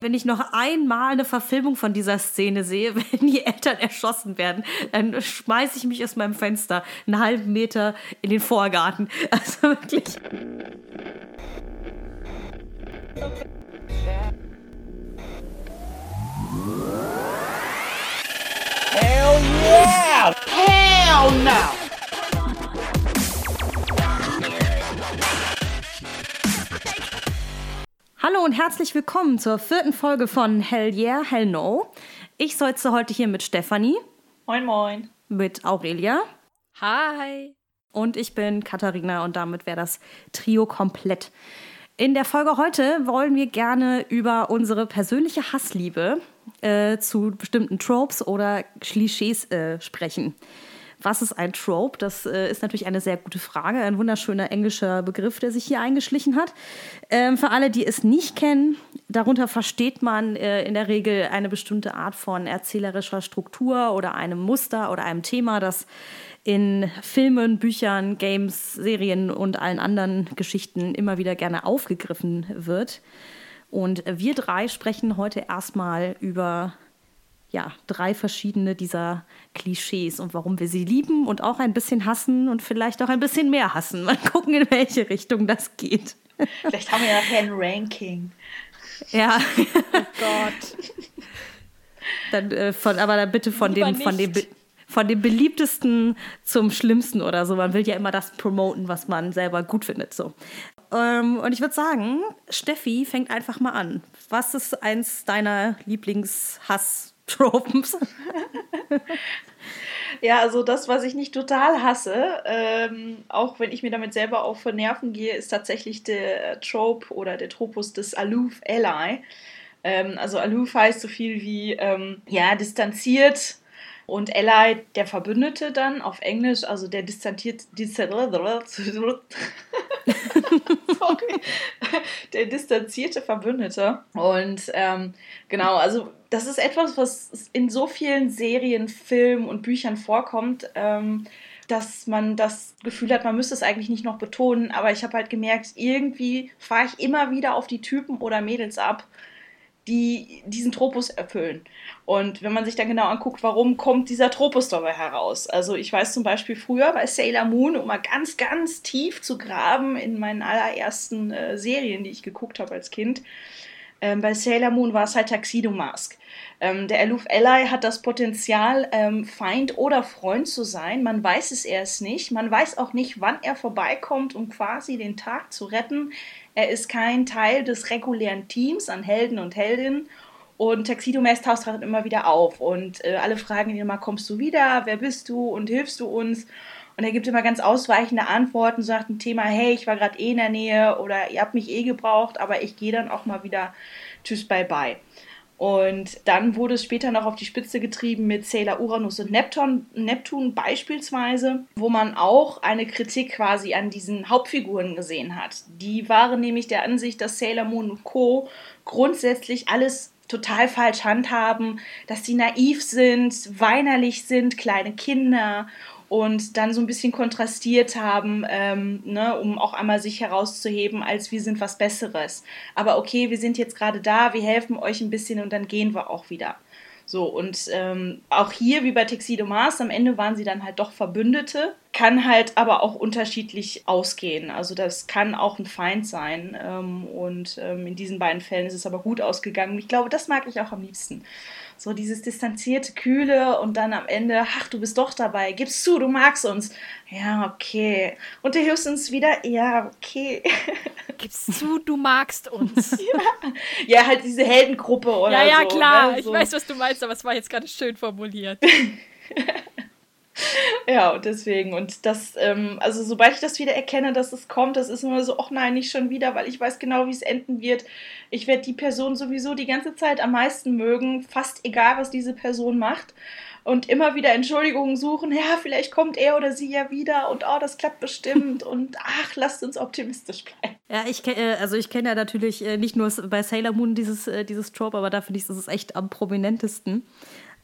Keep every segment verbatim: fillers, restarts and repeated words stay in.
wenn ich noch einmal eine Verfilmung von dieser Szene sehe, wenn die Eltern erschossen werden, dann schmeiße ich mich aus meinem Fenster einen halben Meter in den Vorgarten. Also wirklich. Hell yeah! Hell no! Hallo und herzlich willkommen zur vierten Folge von Hell Yeah, Hell No. Ich sitze heute hier mit Stefanie. Moin, moin. Mit Aurelia. Hi. Und ich bin Katharina und damit wäre das Trio komplett. In der Folge heute wollen wir gerne über unsere persönliche Hassliebe äh, zu bestimmten Tropes oder Klischees äh, sprechen. Was ist ein Trope? Das äh, ist natürlich eine sehr gute Frage. Ein wunderschöner englischer Begriff, der sich hier eingeschlichen hat. Ähm, für alle, die es nicht kennen, darunter versteht man äh, in der Regel eine bestimmte Art von erzählerischer Struktur oder einem Muster oder einem Thema, das in Filmen, Büchern, Games, Serien und allen anderen Geschichten immer wieder gerne aufgegriffen wird. Und wir drei sprechen heute erstmal über ja, drei verschiedene dieser Klischees und warum wir sie lieben und auch ein bisschen hassen und vielleicht auch ein bisschen mehr hassen. Mal gucken, in welche Richtung das geht. Vielleicht haben wir nachher ein Ranking. Ja. Oh Gott. Dann, äh, von, aber dann bitte von dem, von, dem, von dem beliebtesten zum schlimmsten oder so. Man will ja immer das promoten, was man selber gut findet. So. Ähm, und ich würde sagen, Steffi fängt einfach mal an. Was ist eins deiner Lieblingshass- Tropes. Ja, also das, was ich nicht total hasse, ähm, auch wenn ich mir damit selber auch für Nerven gehe, ist tatsächlich der Trope oder der Tropus des Aloof Ally. Ähm, also Aloof heißt so viel wie, ähm, ja, distanziert und Ally der Verbündete dann auf Englisch, also der distanziert, Sorry. der distanzierte Verbündete. Und ähm, genau, also das ist etwas, was in so vielen Serien, Filmen und Büchern vorkommt, ähm, dass man das Gefühl hat, man müsste es eigentlich nicht noch betonen, aber ich habe halt gemerkt, irgendwie fahre ich immer wieder auf die Typen oder Mädels ab, die diesen Tropus erfüllen. Und wenn man sich dann genau anguckt, warum kommt dieser Tropus dabei heraus? Also ich weiß zum Beispiel früher bei Sailor Moon, um mal ganz, ganz tief zu graben in meinen allerersten äh, Serien, die ich geguckt habe als Kind, ähm, bei Sailor Moon war es halt Tuxedo Mask. Ähm, der Aloof Ally hat das Potenzial, ähm, Feind oder Freund zu sein. Man weiß es erst nicht. Man weiß auch nicht, wann er vorbeikommt, um quasi den Tag zu retten. Er ist kein Teil des regulären Teams an Helden und Heldinnen. Und Tuxedo Mask taucht halt immer wieder auf. Und äh, alle fragen ihn immer, kommst du wieder? Wer bist du? Und hilfst du uns? Und er gibt immer ganz ausweichende Antworten, sagt ein Thema, hey, ich war gerade eh in der Nähe oder ihr habt mich eh gebraucht, aber ich gehe dann auch mal wieder, tschüss, bye bye. Und dann wurde es später noch auf die Spitze getrieben mit Sailor Uranus und Neptun, Neptun beispielsweise, wo man auch eine Kritik quasi an diesen Hauptfiguren gesehen hat. Die waren nämlich der Ansicht, dass Sailor Moon und Co. grundsätzlich alles total falsch handhaben, dass sie naiv sind, weinerlich sind, kleine Kinder und dann so ein bisschen kontrastiert haben, ähm, ne, um auch einmal sich herauszuheben, als wir sind was Besseres. Aber okay, wir sind jetzt gerade da, wir helfen euch ein bisschen und dann gehen wir auch wieder. So, und ähm, auch hier, wie bei Tuxedo Mask, am Ende waren sie dann halt doch Verbündete, kann halt aber auch unterschiedlich ausgehen. Also das kann auch ein Feind sein. Ähm, und ähm, in diesen beiden Fällen ist es aber gut ausgegangen. Ich glaube, das mag ich auch am liebsten. So dieses distanzierte, kühle und dann am Ende, ach, du bist doch dabei, gib's zu, du magst uns. Ja, okay. Und du hilfst uns wieder? Ja, okay. Gib's zu, du magst uns. Ja, ja, halt diese Heldengruppe oder ja, ja, so. klar. Ne? Ich so. weiß, was du meinst, aber es war jetzt gerade schön formuliert. Ja, und deswegen, und das, ähm, also sobald ich das wieder erkenne, dass es kommt, das ist immer so, ach nein, nicht schon wieder, weil ich weiß genau, wie es enden wird. Ich werde die Person sowieso die ganze Zeit am meisten mögen, fast egal, was diese Person macht. Und immer wieder Entschuldigungen suchen, ja, vielleicht kommt er oder sie ja wieder und oh, das klappt bestimmt und ach, lasst uns optimistisch bleiben. Ja, ich kenne also ich kenne ja natürlich nicht nur bei Sailor Moon dieses, dieses Trope, aber da finde ich, das ist echt am prominentesten.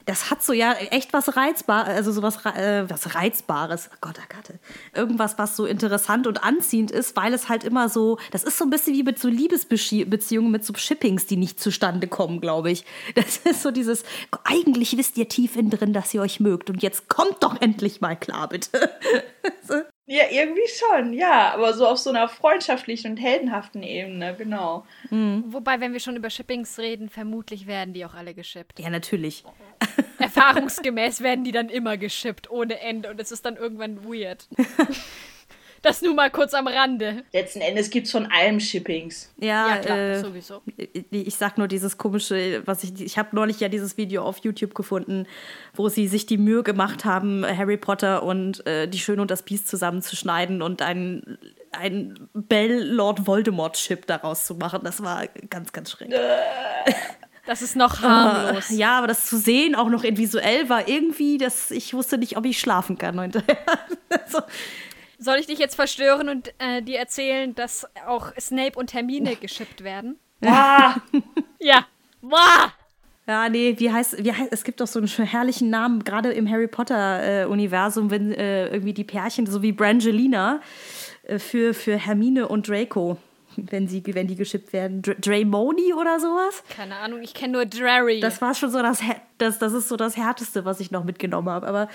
Das hat so ja echt was Reizbares, also sowas äh, was Reizbares. Oh Gott, oh Gott. Irgendwas, was so interessant und anziehend ist, weil es halt immer so, das ist so ein bisschen wie mit so Liebesbeziehungen, mit so Shippings, die nicht zustande kommen, glaube ich. Das ist so dieses, eigentlich wisst ihr tief innen drin, dass ihr euch mögt und jetzt kommt doch endlich mal klar, bitte. Ja, irgendwie schon, ja, aber so auf so einer freundschaftlichen und heldenhaften Ebene, genau. Mhm. Wobei, wenn wir schon über Shippings reden, vermutlich werden die auch alle geschippt. Ja, natürlich. Erfahrungsgemäß werden die dann immer geschippt, ohne Ende, und es ist dann irgendwann weird. Das nur mal kurz am Rande. Letzten Endes gibt es von allem Shippings. Ja, ja klar, äh, sowieso. Ich sag nur dieses komische, was ich, ich habe neulich ja dieses Video auf YouTube gefunden, wo sie sich die Mühe gemacht haben, Harry Potter und äh, die Schöne und das Biest zusammenzuschneiden und ein, ein Bell-Lord Voldemort-Chip daraus zu machen. Das war ganz, ganz schrecklich. Das ist noch harmlos. Uh, ja, aber das zu sehen, auch noch in visuell, war irgendwie, dass ich wusste nicht, ob ich schlafen kann hinterher. So. Soll ich dich jetzt verstören und äh, dir erzählen, dass auch Snape und Hermine geschippt werden? Ah. Ja. Wow. Ja, nee, wie heißt, wie heißt, es gibt doch so einen herrlichen Namen, gerade im Harry Potter-Universum, äh, wenn äh, irgendwie die Pärchen, so wie Brangelina, äh, für, für Hermine und Draco, wenn, sie, wenn die geschippt werden. Dr- Draymoni oder sowas? Keine Ahnung, ich kenne nur Drarry. Das war schon so das, das, das ist so das Härteste, was ich noch mitgenommen habe, aber...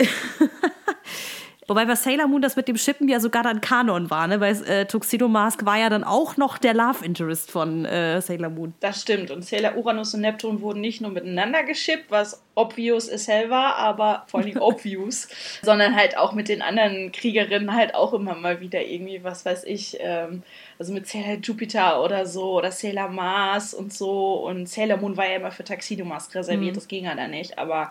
Wobei bei Sailor Moon das mit dem Shippen ja sogar dann Kanon war, ne? Weil äh, Tuxedo Mask war ja dann auch noch der Love Interest von äh, Sailor Moon. Das stimmt. Und Sailor Uranus und Neptun wurden nicht nur miteinander geschippt, was obvious as hell war, aber vor allem obvious, sondern halt auch mit den anderen Kriegerinnen halt auch immer mal wieder irgendwie, was weiß ich, ähm, also mit Sailor Jupiter oder so oder Sailor Mars und so. Und Sailor Moon war ja immer für Tuxedo Mask reserviert, mhm. Das ging ja dann nicht, aber...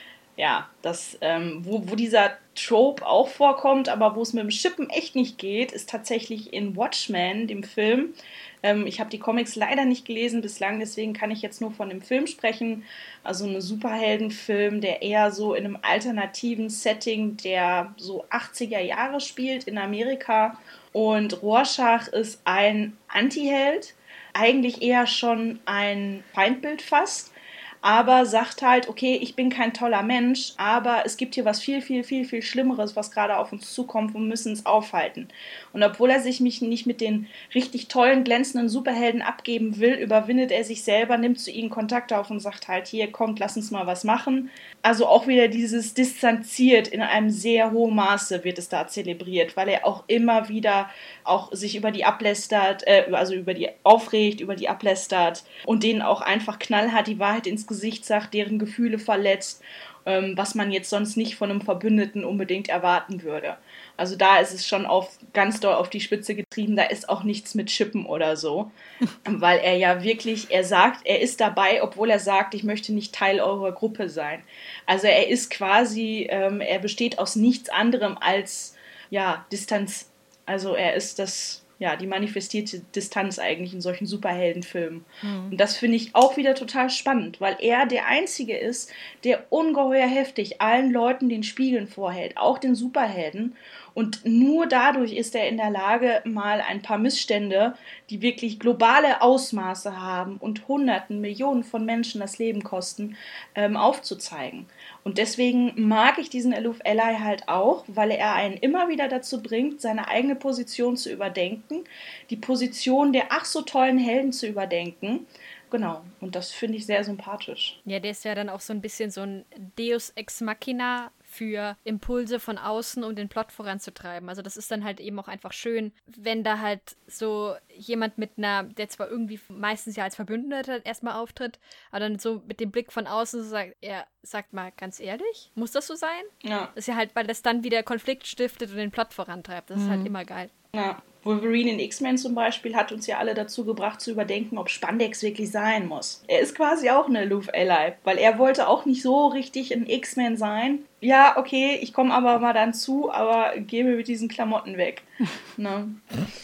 Ja, das, ähm, wo, wo dieser Trope auch vorkommt, aber wo es mit dem Shippen echt nicht geht, ist tatsächlich in Watchmen, dem Film. Ähm, ich habe die Comics leider nicht gelesen bislang, deswegen kann ich jetzt nur von dem Film sprechen. Also ein Superheldenfilm, der eher so in einem alternativen Setting der so achtziger Jahre spielt in Amerika. Und Rorschach ist ein Antiheld, eigentlich eher schon ein Feindbild fast. Aber sagt halt, okay, ich bin kein toller Mensch, aber es gibt hier was viel, viel, viel, viel Schlimmeres, was gerade auf uns zukommt und müssen es aufhalten. Und obwohl er sich mich nicht mit den richtig tollen, glänzenden Superhelden abgeben will, überwindet er sich selber, nimmt zu ihnen Kontakt auf und sagt halt, hier, kommt, lass uns mal was machen. Also auch wieder dieses distanziert, in einem sehr hohen Maße wird es da zelebriert, weil er auch immer wieder auch sich über die ablästert, äh, also über die aufregt, über die ablästert und denen auch einfach knallhart die Wahrheit ins Gesicht sagt, deren Gefühle verletzt, ähm, was man jetzt sonst nicht von einem Verbündeten unbedingt erwarten würde. Also da ist es schon auf, ganz doll auf die Spitze getrieben, da ist auch nichts mit Chippen oder so, weil er ja wirklich, er sagt, er ist dabei, obwohl er sagt, ich möchte nicht Teil eurer Gruppe sein. Also er ist quasi, ähm, er besteht aus nichts anderem als, ja, Distanz. Also er ist das... Ja, die manifestierte Distanz eigentlich in solchen Superheldenfilmen. Mhm. Und das finde ich auch wieder total spannend, weil er der Einzige ist, der ungeheuer heftig allen Leuten den Spiegeln vorhält, auch den Superhelden. Und nur dadurch ist er in der Lage, mal ein paar Missstände, die wirklich globale Ausmaße haben und Hunderten, Millionen von Menschen das Leben kosten, ähm, aufzuzeigen. Und deswegen mag ich diesen Aloof Ally halt auch, weil er einen immer wieder dazu bringt, seine eigene Position zu überdenken, die Position der ach so tollen Helden zu überdenken. Genau, und das finde ich sehr sympathisch. Ja, der ist ja dann auch so ein bisschen so ein Deus Ex Machina für Impulse von außen, um den Plot voranzutreiben. Also das ist dann halt eben auch einfach schön, wenn da halt so jemand mit einer, der zwar irgendwie meistens ja als Verbündeter erstmal auftritt, aber dann so mit dem Blick von außen so sagt, er sagt mal ganz ehrlich, muss das so sein? Ja. Das ist ja halt, weil das dann wieder Konflikt stiftet und den Plot vorantreibt. Das mhm. ist halt immer geil. Ja. Wolverine in X-Men zum Beispiel hat uns ja alle dazu gebracht zu überdenken, ob Spandex wirklich sein muss. Er ist quasi auch eine Aloof Ally, weil er wollte auch nicht so richtig ein X-Men sein. Ja, okay, ich komme aber mal dann zu, aber geh mir mit diesen Klamotten weg. Ne?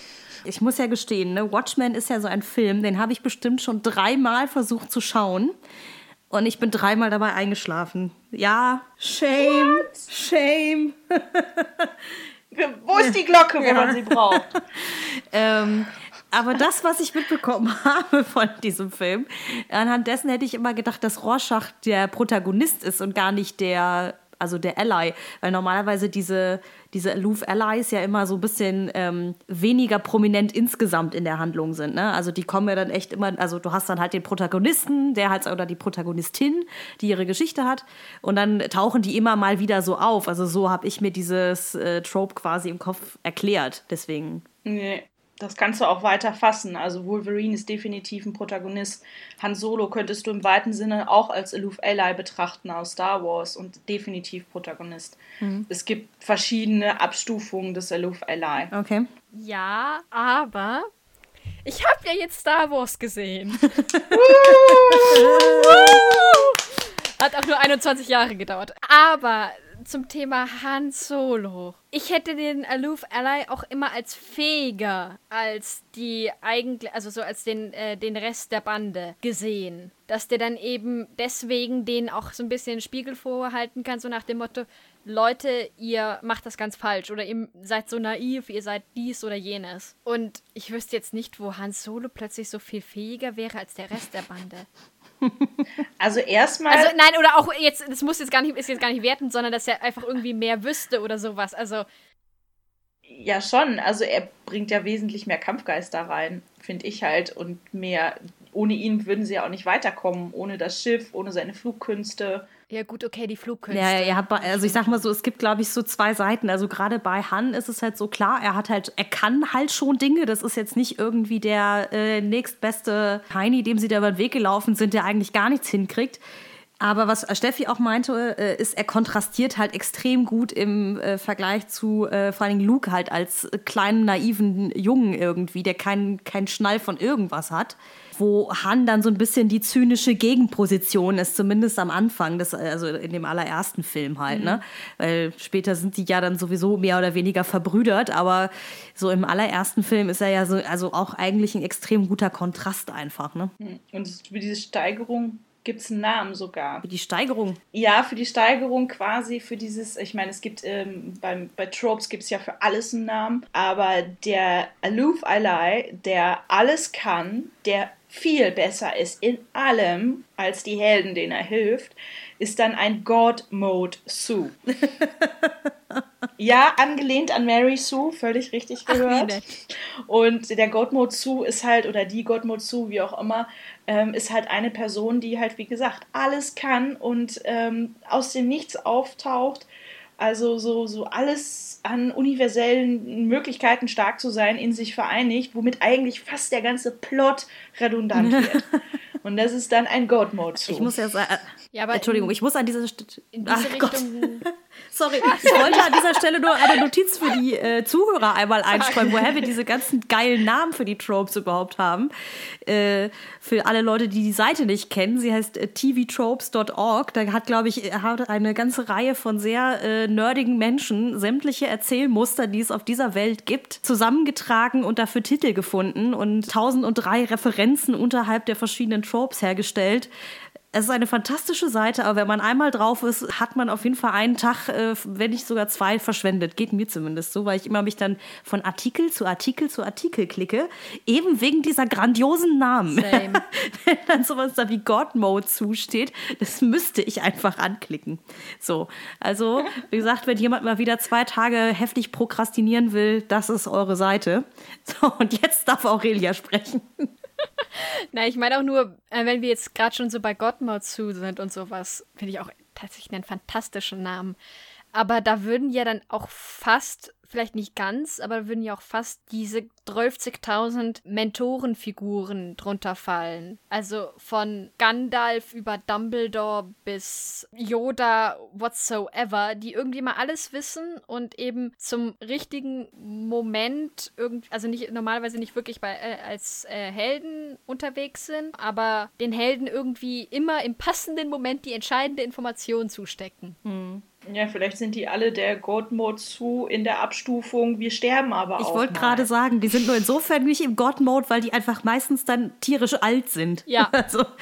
Ich muss ja gestehen, ne, Watchmen ist ja so ein Film, den habe ich bestimmt schon dreimal versucht zu schauen. Und ich bin dreimal dabei eingeschlafen. Ja, shame, What? shame. Wo ist die Glocke, wenn ja. man sie braucht? ähm, Aber das, was ich mitbekommen habe von diesem Film, anhand dessen hätte ich immer gedacht, dass Rorschach der Protagonist ist und gar nicht der, also der Ally. Weil normalerweise diese, diese Aloof-Allies ja immer so ein bisschen ähm, weniger prominent insgesamt in der Handlung sind. Ne? Also die kommen ja dann echt immer, also du hast dann halt den Protagonisten, der halt, oder die Protagonistin, die ihre Geschichte hat. Und dann tauchen die immer mal wieder so auf. Also so habe ich mir dieses äh, Trope quasi im Kopf erklärt. Deswegen. Nee. Das kannst du auch weiter fassen. Also Wolverine ist definitiv ein Protagonist. Han Solo könntest du im weiten Sinne auch als Aloof Ally betrachten aus Star Wars und definitiv Protagonist. Mhm. Es gibt verschiedene Abstufungen des Aloof Ally. Okay. Ja, aber ich habe ja jetzt Star Wars gesehen. Hat auch nur einundzwanzig Jahre gedauert. Aber zum Thema Han Solo. Ich hätte den Aloof Ally auch immer als fähiger als die eigentlich, also so als den, äh, den Rest der Bande gesehen. Dass der dann eben deswegen denen auch so ein bisschen den Spiegel vorhalten kann, so nach dem Motto, Leute, ihr macht das ganz falsch oder ihr seid so naiv, ihr seid dies oder jenes. Und ich wüsste jetzt nicht, wo Han Solo plötzlich so viel fähiger wäre als der Rest der Bande. Also erstmal... Also nein, oder auch jetzt, das muss jetzt gar nicht, ist jetzt gar nicht wertend, sondern dass er einfach irgendwie mehr wüsste oder sowas. Also ja, schon. Also er bringt ja wesentlich mehr Kampfgeist da rein, finde ich halt. Und mehr, ohne ihn würden sie ja auch nicht weiterkommen. Ohne das Schiff, ohne seine Flugkünste. Ja gut, okay, die Flugkünste. Ja, er hat, also ich sag mal so, es gibt, glaube ich, so zwei Seiten. Also gerade bei Han ist es halt so klar, er hat halt, er kann halt schon Dinge. Das ist jetzt nicht irgendwie der äh, nächstbeste Heini, dem sie da über den Weg gelaufen sind, der eigentlich gar nichts hinkriegt. Aber was Steffi auch meinte, äh, ist, er kontrastiert halt extrem gut im äh, Vergleich zu äh, vor allem Luke halt als kleinen, naiven Jungen irgendwie, der keinen keinen Schnall von irgendwas hat. Wo Han dann so ein bisschen die zynische Gegenposition ist, zumindest am Anfang, des, also in dem allerersten Film halt, mhm. ne? Weil später sind die ja dann sowieso mehr oder weniger verbrüdert, aber so im allerersten Film ist er ja so, also auch eigentlich ein extrem guter Kontrast einfach, ne? Und für diese Steigerung gibt es einen Namen sogar. Für die Steigerung? Ja, für die Steigerung quasi, für dieses, ich meine, es gibt, ähm, beim, bei Tropes gibt es ja für alles einen Namen, aber der Aloof Ally, der alles kann, der viel besser ist in allem als die Helden, denen er hilft, ist dann ein God Mode Sue. Ja, angelehnt an Mary Sue, völlig richtig gehört. Ach, und der God Mode Sue ist halt, oder die God Mode Sue, wie auch immer, ähm, ist halt eine Person, die halt, wie gesagt, alles kann und ähm, aus dem Nichts auftaucht. Also so, so alles an universellen Möglichkeiten stark zu sein in sich vereinigt, womit eigentlich fast der ganze Plot redundant wird. Und das ist dann ein God-Mode zu. Ich muss ja sagen, ja, aber Entschuldigung, in, ich muss an dieser Stelle... In diese Ach Richtung... Gott. Sorry, ich wollte an dieser Stelle nur eine Notiz für die äh, Zuhörer einmal einstreuen, woher wir diese ganzen geilen Namen für die Tropes überhaupt haben. Äh, für alle Leute, die die Seite nicht kennen, sie heißt äh, t v tropes dot org. Da hat, glaube ich, hat eine ganze Reihe von sehr äh, nerdigen Menschen sämtliche Erzählmuster, die es auf dieser Welt gibt, zusammengetragen und dafür Titel gefunden und tausenddrei Referenzen unterhalb der verschiedenen Tropes hergestellt. Es ist eine fantastische Seite, aber wenn man einmal drauf ist, hat man auf jeden Fall einen Tag, äh, wenn nicht sogar zwei, verschwendet. Geht mir zumindest so, weil ich immer mich dann von Artikel zu Artikel zu Artikel klicke. Eben wegen dieser grandiosen Namen. Same. Wenn dann sowas da wie God Mode zusteht, das müsste ich einfach anklicken. So, also wie gesagt, wenn jemand mal wieder zwei Tage heftig prokrastinieren will, das ist eure Seite. So, und jetzt darf Aurelia sprechen. Na, ich meine auch nur, wenn wir jetzt gerade schon so bei God Mode zu sind und sowas, finde ich auch tatsächlich einen fantastischen Namen. Aber da würden ja dann auch fast, vielleicht nicht ganz, aber würden ja auch fast diese zwölfzigtausend Mentorenfiguren drunter fallen. Also von Gandalf über Dumbledore bis Yoda, whatsoever, die irgendwie mal alles wissen und eben zum richtigen Moment, irgend, also nicht normalerweise nicht wirklich bei, äh, als äh, Helden unterwegs sind, aber den Helden irgendwie immer im passenden Moment die entscheidende Information zustecken. Hm. Ja, vielleicht sind die alle der God-Mode zu in der Abstufung, wir sterben aber ich auch Ich wollte gerade sagen, die sind nur insofern nicht im God-Mode, weil die einfach meistens dann tierisch alt sind. Ja. Also,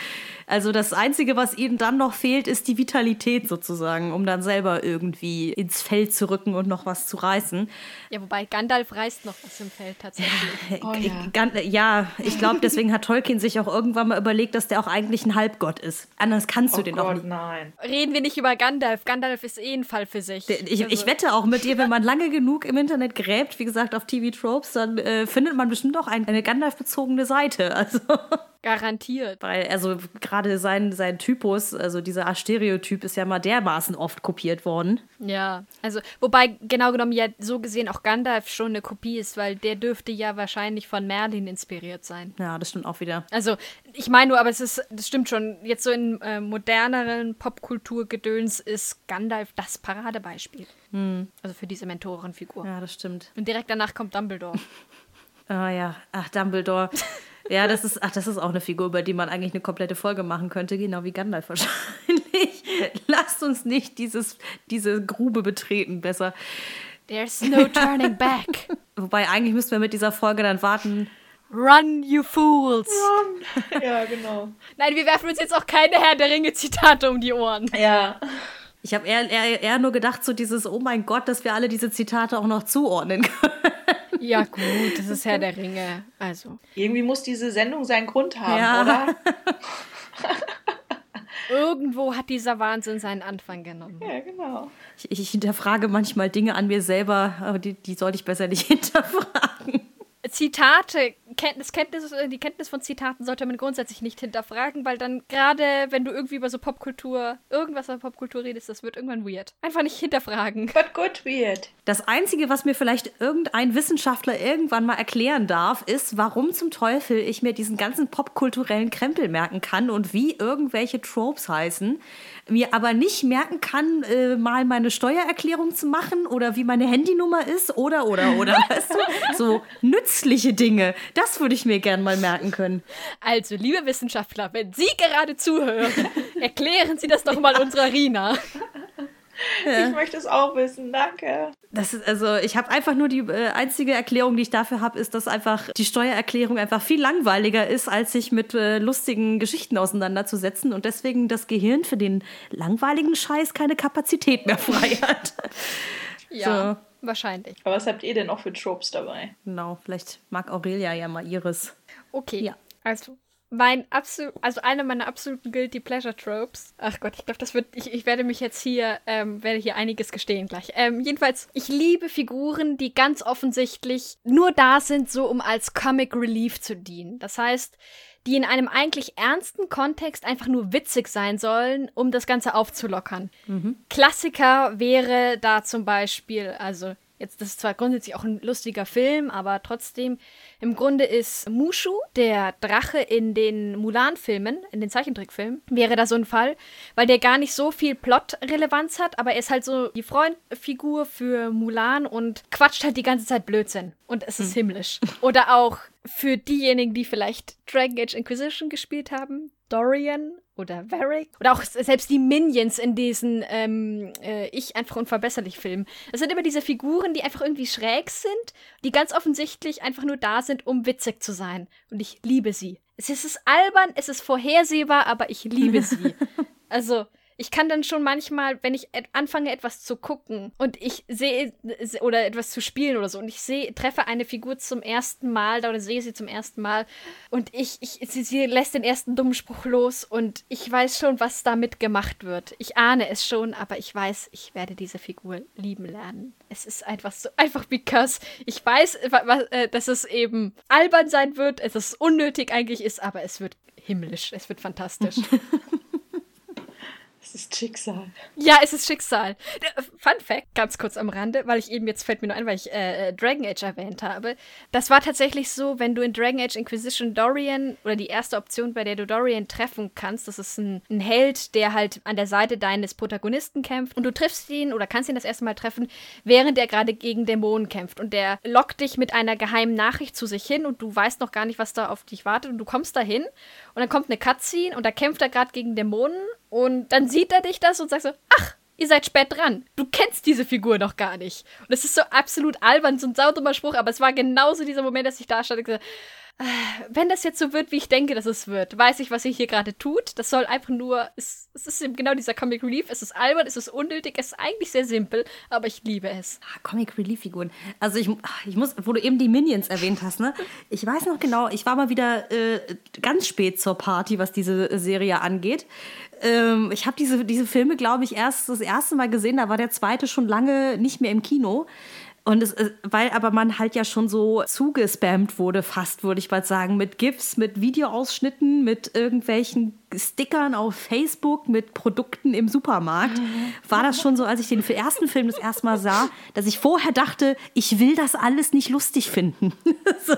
Also das Einzige, was ihnen dann noch fehlt, ist die Vitalität sozusagen, um dann selber irgendwie ins Feld zu rücken und noch was zu reißen. Ja, wobei Gandalf reißt noch was im Feld tatsächlich. Oh, ja. ja, ich glaube, deswegen hat Tolkien sich auch irgendwann mal überlegt, dass der auch eigentlich ein Halbgott ist. Anders kannst du oh den Gott, auch nicht. Nein. Reden wir nicht über Gandalf. Gandalf ist eh ein Fall für sich. Ich, also. ich wette auch mit dir, wenn man lange genug im Internet gräbt, wie gesagt, auf T V-Tropes, dann äh, findet man bestimmt auch ein, eine Gandalf-bezogene Seite. Also Garantiert. Weil, also gerade sein, sein Typus, also dieser Stereotyp ist ja mal dermaßen oft kopiert worden. Ja, also, wobei genau genommen ja so gesehen auch Gandalf schon eine Kopie ist, weil der dürfte ja wahrscheinlich von Merlin inspiriert sein. Ja, das stimmt auch wieder. Also, ich meine nur, aber es ist, das stimmt schon, jetzt so in äh, moderneren Popkulturgedöns ist Gandalf das Paradebeispiel. Hm. Also für diese Mentorenfigur. Ja, das stimmt. Und direkt danach kommt Dumbledore. Ah ja, ach, Dumbledore. Ja, das ist, ach, das ist auch eine Figur, über die man eigentlich eine komplette Folge machen könnte, genau wie Gandalf wahrscheinlich. Lasst uns nicht dieses, diese Grube betreten, besser. There's no turning back. Wobei, eigentlich müssten wir mit dieser Folge dann warten. Run, you fools. Run. Ja, genau. Nein, wir werfen uns jetzt auch keine Herr der Ringe-Zitate um die Ohren. Ja. Ich habe eher, eher, eher nur gedacht, so dieses, oh mein Gott, dass wir alle diese Zitate auch noch zuordnen können. Ja gut, das ist Herr der Ringe, also. Irgendwie muss diese Sendung seinen Grund haben, ja. oder? Irgendwo hat dieser Wahnsinn seinen Anfang genommen. Ja, genau. Ich, ich hinterfrage manchmal Dinge an mir selber, aber die, die sollte ich besser nicht hinterfragen. Zitate, Kenntnis, Kenntnis, die Kenntnis von Zitaten sollte man grundsätzlich nicht hinterfragen, weil dann gerade, wenn du irgendwie über so Popkultur, irgendwas über Popkultur redest, das wird irgendwann weird. Einfach nicht hinterfragen. But good weird. Das Einzige, was mir vielleicht irgendein Wissenschaftler irgendwann mal erklären darf, ist, warum zum Teufel ich mir diesen ganzen popkulturellen Krempel merken kann und wie irgendwelche Tropes heißen, mir aber nicht merken kann, äh, mal meine Steuererklärung zu machen oder wie meine Handynummer ist oder, oder, oder, weißt du? So nützliche Dinge. Das würde ich mir gern mal merken können. Also, liebe Wissenschaftler, wenn Sie gerade zuhören, erklären Sie das doch mal unserer Rina. Ja. Ich möchte es auch wissen, danke. Das ist, also, ich habe einfach nur die äh, einzige Erklärung, die ich dafür habe, ist, dass einfach die Steuererklärung einfach viel langweiliger ist, als sich mit äh, lustigen Geschichten auseinanderzusetzen und deswegen das Gehirn für den langweiligen Scheiß keine Kapazität mehr frei hat. Ja, so. Wahrscheinlich. Aber was habt ihr denn noch für Tropes dabei? Genau, vielleicht mag Aurelia ja mal ihres. Okay, ja. Also mein absolut, also eine meiner absoluten Guilty Pleasure Tropes. Ach Gott, ich glaube, das wird, ich, ich werde mich jetzt hier, ähm, werde hier einiges gestehen gleich. Ähm, jedenfalls, ich liebe Figuren, die ganz offensichtlich nur da sind, so um als Comic Relief zu dienen. Das heißt, die in einem eigentlich ernsten Kontext einfach nur witzig sein sollen, um das Ganze aufzulockern. Mhm. Klassiker wäre da zum Beispiel, also jetzt, das ist zwar grundsätzlich auch ein lustiger Film, aber trotzdem, im Grunde ist Mushu, der Drache in den Mulan-Filmen, in den Zeichentrickfilmen, wäre da so ein Fall, weil der gar nicht so viel Plot-Relevanz hat, aber er ist halt so die Freundfigur für Mulan und quatscht halt die ganze Zeit Blödsinn. Und es ist hm. himmlisch. Oder auch für diejenigen, die vielleicht Dragon Age Inquisition gespielt haben, Dorian oder Varric. Oder auch selbst die Minions in diesen ähm, äh, Ich einfach unverbesserlich Filmen. Das sind immer diese Figuren, die einfach irgendwie schräg sind, die ganz offensichtlich einfach nur da sind, um witzig zu sein. Und ich liebe sie. Es ist albern, es ist vorhersehbar, aber ich liebe sie. Also ich kann dann schon manchmal, wenn ich et- anfange, etwas zu gucken und ich sehe, oder etwas zu spielen oder so, und ich sehe, treffe eine Figur zum ersten Mal oder sehe sie zum ersten Mal und ich, ich sie, sie lässt den ersten dummen Spruch los und ich weiß schon, was damit gemacht wird. Ich ahne es schon, aber ich weiß, ich werde diese Figur lieben lernen. Es ist einfach so, einfach because ich weiß, dass es eben albern sein wird, dass es unnötig eigentlich ist, aber es wird himmlisch, es wird fantastisch. Es ist Schicksal. Ja, es ist Schicksal. Fun Fact, ganz kurz am Rande, weil ich eben, jetzt fällt mir nur ein, weil ich äh, Dragon Age erwähnt habe. Das war tatsächlich so, wenn du in Dragon Age Inquisition Dorian, oder die erste Option, bei der du Dorian treffen kannst, das ist ein, ein Held, der halt an der Seite deines Protagonisten kämpft und du triffst ihn oder kannst ihn das erste Mal treffen, während er gerade gegen Dämonen kämpft und der lockt dich mit einer geheimen Nachricht zu sich hin und du weißt noch gar nicht, was da auf dich wartet und du kommst dahin und dann kommt eine Cutscene und da kämpft er gerade gegen Dämonen und dann sieht er dich das und sagt so, ach, ihr seid spät dran. Du kennst diese Figur noch gar nicht. Und es ist so absolut albern, so ein saudummer Spruch, aber es war genauso dieser Moment, dass ich da stand und gesagt, wenn das jetzt so wird, wie ich denke, dass es wird, weiß ich, was ihr hier gerade tut. Das soll einfach nur, es, es ist eben genau dieser Comic Relief, es ist albern, es ist unnötig, es ist eigentlich sehr simpel, aber ich liebe es. Ah, Comic Relief Figuren. Also ich, ich muss, wo du eben die Minions erwähnt hast, ne? Ich weiß noch genau, ich war mal wieder äh, ganz spät zur Party, was diese Serie angeht. Ähm, ich habe diese, diese Filme, glaube ich, erst das erste Mal gesehen, da war der zweite schon lange nicht mehr im Kino. Und es, weil aber man halt ja schon so zugespammt wurde, fast, würde ich bald sagen, mit GIFs, mit Videoausschnitten, mit irgendwelchen Stickern auf Facebook, mit Produkten im Supermarkt. War das schon so, als ich den ersten Film das erste Mal sah, dass ich vorher dachte, ich will das alles nicht lustig finden. so,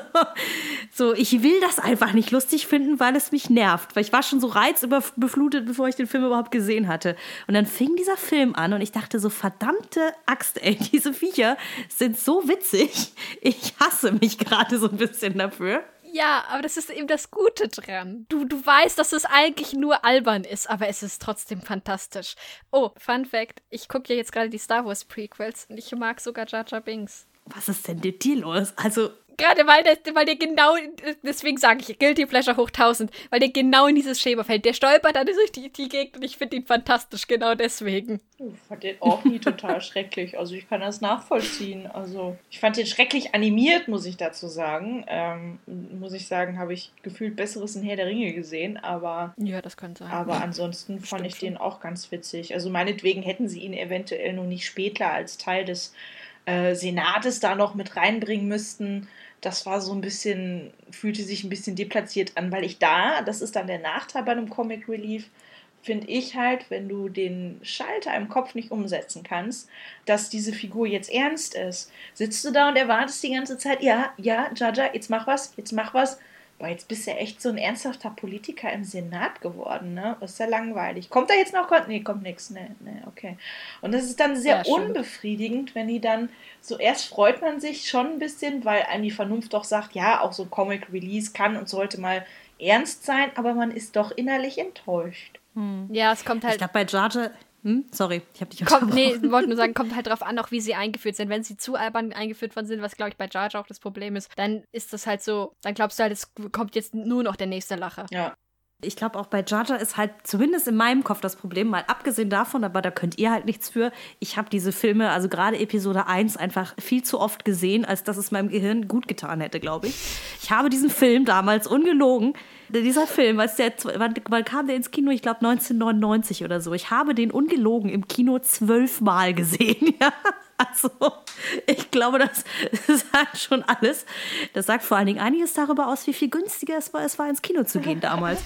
so, ich will das einfach nicht lustig finden, weil es mich nervt. Weil ich war schon so reizüberbeflutet, bevor ich den Film überhaupt gesehen hatte. Und dann fing dieser Film an und ich dachte so, verdammte Axt, ey, diese Viecher sind so witzig. Ich hasse mich gerade so ein bisschen dafür. Ja, aber das ist eben das Gute dran. Du, du weißt, dass es eigentlich nur albern ist, aber es ist trotzdem fantastisch. Oh, Fun Fact, ich gucke ja jetzt gerade die Star Wars Prequels und ich mag sogar Jar Jar Binks. Was ist denn mit dir los? Also... Gerade weil der, weil der genau, deswegen sage ich, Guilty Pleasure hoch tausend, weil der genau in dieses Schema fällt. Der stolpert dann durch die, die Gegend und ich finde ihn fantastisch, genau deswegen. Ich fand den auch nie total schrecklich. Also ich kann das nachvollziehen. Also ich fand den schrecklich animiert, muss ich dazu sagen. Ähm, muss ich sagen, habe ich gefühlt Besseres in Herr der Ringe gesehen, aber... Ja, das könnte sein. Aber ansonsten fand ich den auch ganz witzig. Also meinetwegen hätten sie ihn eventuell noch nicht später als Teil des äh, Senates da noch mit reinbringen müssten. Das war so ein bisschen, fühlte sich ein bisschen deplatziert an, weil ich da, das ist dann der Nachteil bei einem Comic Relief, finde ich halt, wenn du den Schalter im Kopf nicht umsetzen kannst, dass diese Figur jetzt ernst ist. Sitzt du da und erwartest die ganze Zeit, ja, ja, Jar Jar, jetzt mach was, jetzt mach was. Boah, jetzt bist du ja echt so ein ernsthafter Politiker im Senat geworden, ne? Das ist ja langweilig. Kommt da jetzt noch? Nee, kommt nix. Nee, nee, okay. Und das ist dann sehr ja, unbefriedigend, wenn die dann so, erst freut man sich schon ein bisschen, weil einem die Vernunft doch sagt, ja, auch so ein Comic Release kann und sollte mal ernst sein, aber man ist doch innerlich enttäuscht. Hm. Ja, es kommt halt... Ich glaube, bei Jar Jar... Hm? Sorry, ich habe dich kommt, Nee, ich wollte nur sagen, kommt halt drauf an, auch wie sie eingeführt sind. Wenn sie zu albern eingeführt worden sind, was, glaube ich, bei Jar Jar auch das Problem ist, dann ist das halt so, dann glaubst du halt, es kommt jetzt nur noch der nächste Lacher. Ja. Ich glaube, auch bei Jar Jar ist halt zumindest in meinem Kopf das Problem, mal abgesehen davon, aber da könnt ihr halt nichts für. Ich habe diese Filme, also gerade Episode eins, einfach viel zu oft gesehen, als dass es meinem Gehirn gut getan hätte, glaube ich. Ich habe diesen Film damals, ungelogen, dieser Film, als der, wann, wann kam der ins Kino? Ich glaube neunzehnhundertneunundneunzig oder so. Ich habe den ungelogen im Kino zwölfmal gesehen, ja. Also, ich glaube, das, das sagt schon alles. Das sagt vor allen Dingen einiges darüber aus, wie viel günstiger es war, es war ins Kino zu gehen damals.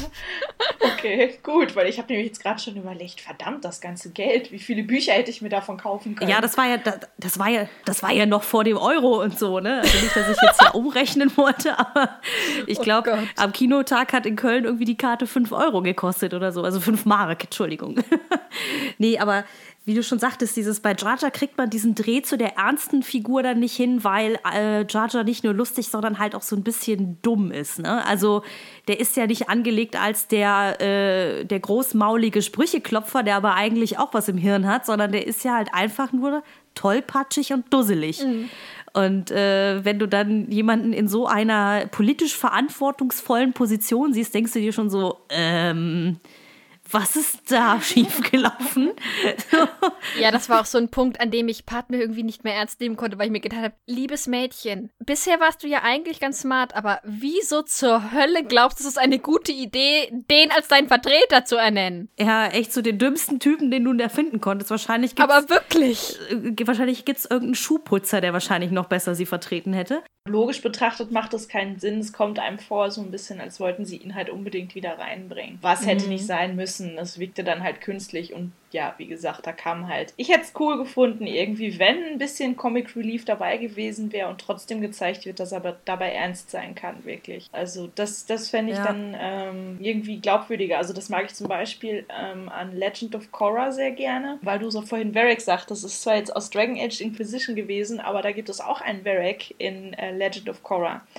Okay, gut, weil ich habe nämlich jetzt gerade schon überlegt, verdammt, das ganze Geld, wie viele Bücher hätte ich mir davon kaufen können? Ja, das war ja, das, das war ja, das war ja noch vor dem Euro und so, ne? Also nicht, dass ich jetzt ja umrechnen wollte, aber ich glaube, oh am Kinotag hat in Köln irgendwie die Karte fünf Euro gekostet oder so, also fünf Mark, Entschuldigung. Nee, aber wie du schon sagtest, dieses bei Jar Jar kriegt man diesen Dreh zu der ernsten Figur dann nicht hin, weil äh, Jar Jar nicht nur lustig, sondern halt auch so ein bisschen dumm ist. Ne? Also der ist ja nicht angelegt als der, äh, der großmaulige Sprücheklopfer, der aber eigentlich auch was im Hirn hat, sondern der ist ja halt einfach nur tollpatschig und dusselig. Mhm. Und äh, wenn du dann jemanden in so einer politisch verantwortungsvollen Position siehst, denkst du dir schon so, ähm... was ist da schiefgelaufen? Ja, das war auch so ein Punkt, an dem ich Padme irgendwie nicht mehr ernst nehmen konnte, weil ich mir gedacht habe, liebes Mädchen, bisher warst du ja eigentlich ganz smart, aber wieso zur Hölle glaubst du, es ist eine gute Idee, den als deinen Vertreter zu ernennen? Ja, echt so den dümmsten Typen, den du erfinden konntest. Wahrscheinlich gibt's, aber wirklich? Äh, wahrscheinlich gibt es irgendeinen Schuhputzer, der wahrscheinlich noch besser sie vertreten hätte. Logisch betrachtet macht das keinen Sinn. Es kommt einem vor, so ein bisschen, als wollten sie ihn halt unbedingt wieder reinbringen. Was hätte mhm. nicht sein müssen. Es wirkte dann halt künstlich und ja, wie gesagt, da kam halt... Ich hätte es cool gefunden, irgendwie, wenn ein bisschen Comic Relief dabei gewesen wäre und trotzdem gezeigt wird, dass er aber dabei ernst sein kann, wirklich. Also das, das fände ich ja. dann ähm, irgendwie glaubwürdiger. Also das mag ich zum Beispiel ähm, an Legend of Korra sehr gerne, weil du so vorhin Varric sagtest, das ist zwar jetzt aus Dragon Age Inquisition gewesen, aber da gibt es auch einen Varric in äh, Legend of Korra.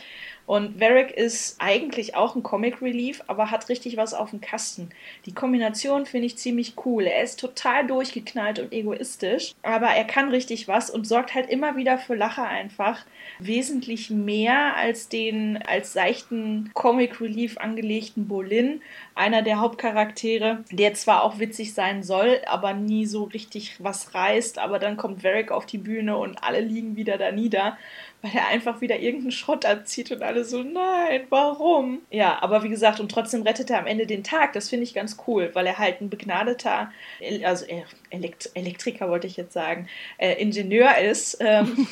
Und Varric ist eigentlich auch ein Comic Relief, aber hat richtig was auf dem Kasten. Die Kombination finde ich ziemlich cool. Er ist total durchgeknallt und egoistisch, aber er kann richtig was und sorgt halt immer wieder für Lacher einfach. Wesentlich mehr als den als seichten Comic Relief angelegten Bolin, einer der Hauptcharaktere, der zwar auch witzig sein soll, aber nie so richtig was reißt, aber dann kommt Varric auf die Bühne und alle liegen wieder da nieder, weil er einfach wieder irgendeinen Schrott abzieht und alle so, nein, warum? Ja, aber wie gesagt, und trotzdem rettet er am Ende den Tag. Das finde ich ganz cool, weil er halt ein begnadeter, also Elekt- Elektriker wollte ich jetzt sagen, äh, Ingenieur ist. Ähm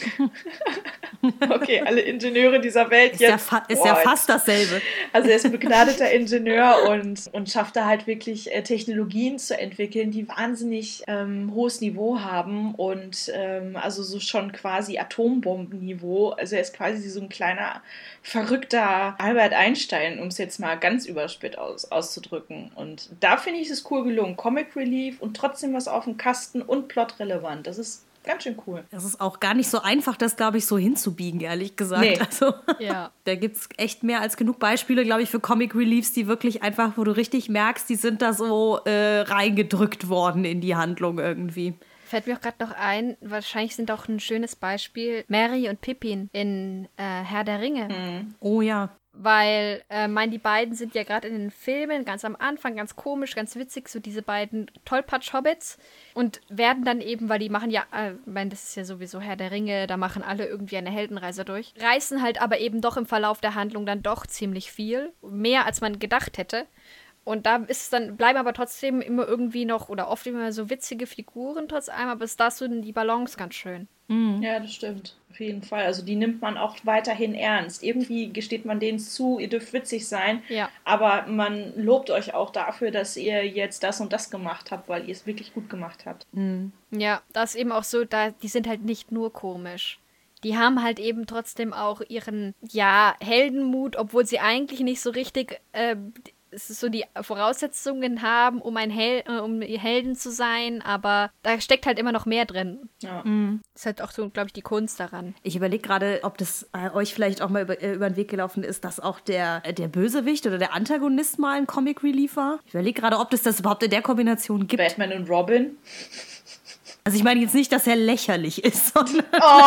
okay, alle Ingenieure dieser Welt ist jetzt. Ja fa- ist ja fast dasselbe. Also er ist ein begnadeter Ingenieur und, und schafft da halt wirklich äh, Technologien zu entwickeln, die wahnsinnig ähm, hohes Niveau haben und ähm, also so schon quasi Atombombenniveau. Also er ist quasi so ein kleiner, verrückter Albert Einstein, um es jetzt mal ganz überspitzt aus, auszudrücken. Und da finde ich es cool gelungen. Comic Relief und trotzdem was auf dem Kasten und plotrelevant. Das ist ganz schön cool. Das ist auch gar nicht so einfach, das, glaube ich, so hinzubiegen, ehrlich gesagt. Nee. Also, Ja. da gibt es echt mehr als genug Beispiele, glaube ich, für Comic Reliefs, die wirklich einfach, wo du richtig merkst, die sind da so äh, reingedrückt worden in die Handlung irgendwie. Fällt mir auch gerade noch ein, wahrscheinlich sind auch ein schönes Beispiel Merry und Pippin in äh, Herr der Ringe. Mhm. Oh ja. Weil, äh, mein, die beiden sind ja gerade in den Filmen ganz am Anfang, ganz komisch, ganz witzig, so diese beiden Tollpatsch-Hobbits und werden dann eben, weil die machen ja, äh, ich meine, das ist ja sowieso Herr der Ringe, da machen alle irgendwie eine Heldenreise durch, reißen halt aber eben doch im Verlauf der Handlung dann doch ziemlich viel, mehr als man gedacht hätte. Und da ist es dann, bleiben aber trotzdem immer irgendwie noch, oder oft immer so witzige Figuren trotz allem, aber ist das so die Balance ganz schön. Mhm. Ja, das stimmt. Auf jeden Fall. Also die nimmt man auch weiterhin ernst. Irgendwie gesteht man denen zu, ihr dürft witzig sein, Ja. aber man lobt euch auch dafür, dass ihr jetzt das und das gemacht habt, weil ihr es wirklich gut gemacht habt. Mhm. Ja, das ist eben auch so, da, die sind halt nicht nur komisch. Die haben halt eben trotzdem auch ihren, ja, Heldenmut, obwohl sie eigentlich nicht so richtig, äh, es ist so die Voraussetzungen haben, um ein Hel- äh, um Helden zu sein, aber da steckt halt immer noch mehr drin. Ja. Mhm. Das ist halt auch so, glaube ich, die Kunst daran. Ich überlege gerade, ob das äh, euch vielleicht auch mal über, äh, über den Weg gelaufen ist, dass auch der, äh, der Bösewicht oder der Antagonist mal ein Comic Relief war. Ich überlege gerade, ob es das überhaupt in der Kombination gibt. Batman und Robin. Also ich meine jetzt nicht, dass er lächerlich ist, sondern...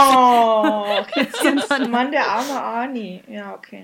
Oh, Christian, Mann, der arme Arnie. Ja, okay.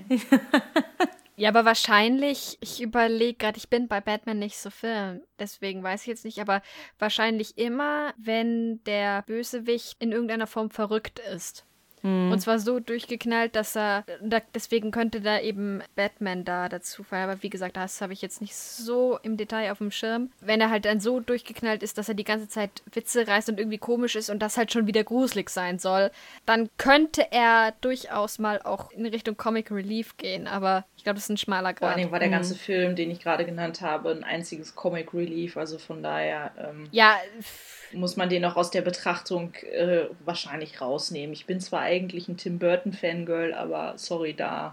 Ja, aber wahrscheinlich, ich überlege gerade, ich bin bei Batman nicht so firm, deswegen weiß ich jetzt nicht, aber wahrscheinlich immer, wenn der Bösewicht in irgendeiner Form verrückt ist. Mhm. Und zwar so durchgeknallt, dass er, da, deswegen könnte da eben Batman da dazu fallen, aber wie gesagt, das habe ich jetzt nicht so im Detail auf dem Schirm. Wenn er halt dann so durchgeknallt ist, dass er die ganze Zeit Witze reißt und irgendwie komisch ist und das halt schon wieder gruselig sein soll, dann könnte er durchaus mal auch in Richtung Comic Relief gehen, aber ich glaube, das ist ein schmaler Vor Grad. allen Dingen war der ganze mhm. Film, den ich gerade genannt habe, ein einziges Comic Relief, also von daher ähm, ja, muss man den auch aus der Betrachtung äh, wahrscheinlich rausnehmen. Ich bin zwar eigentlich ein Tim Burton-Fangirl, aber sorry, da...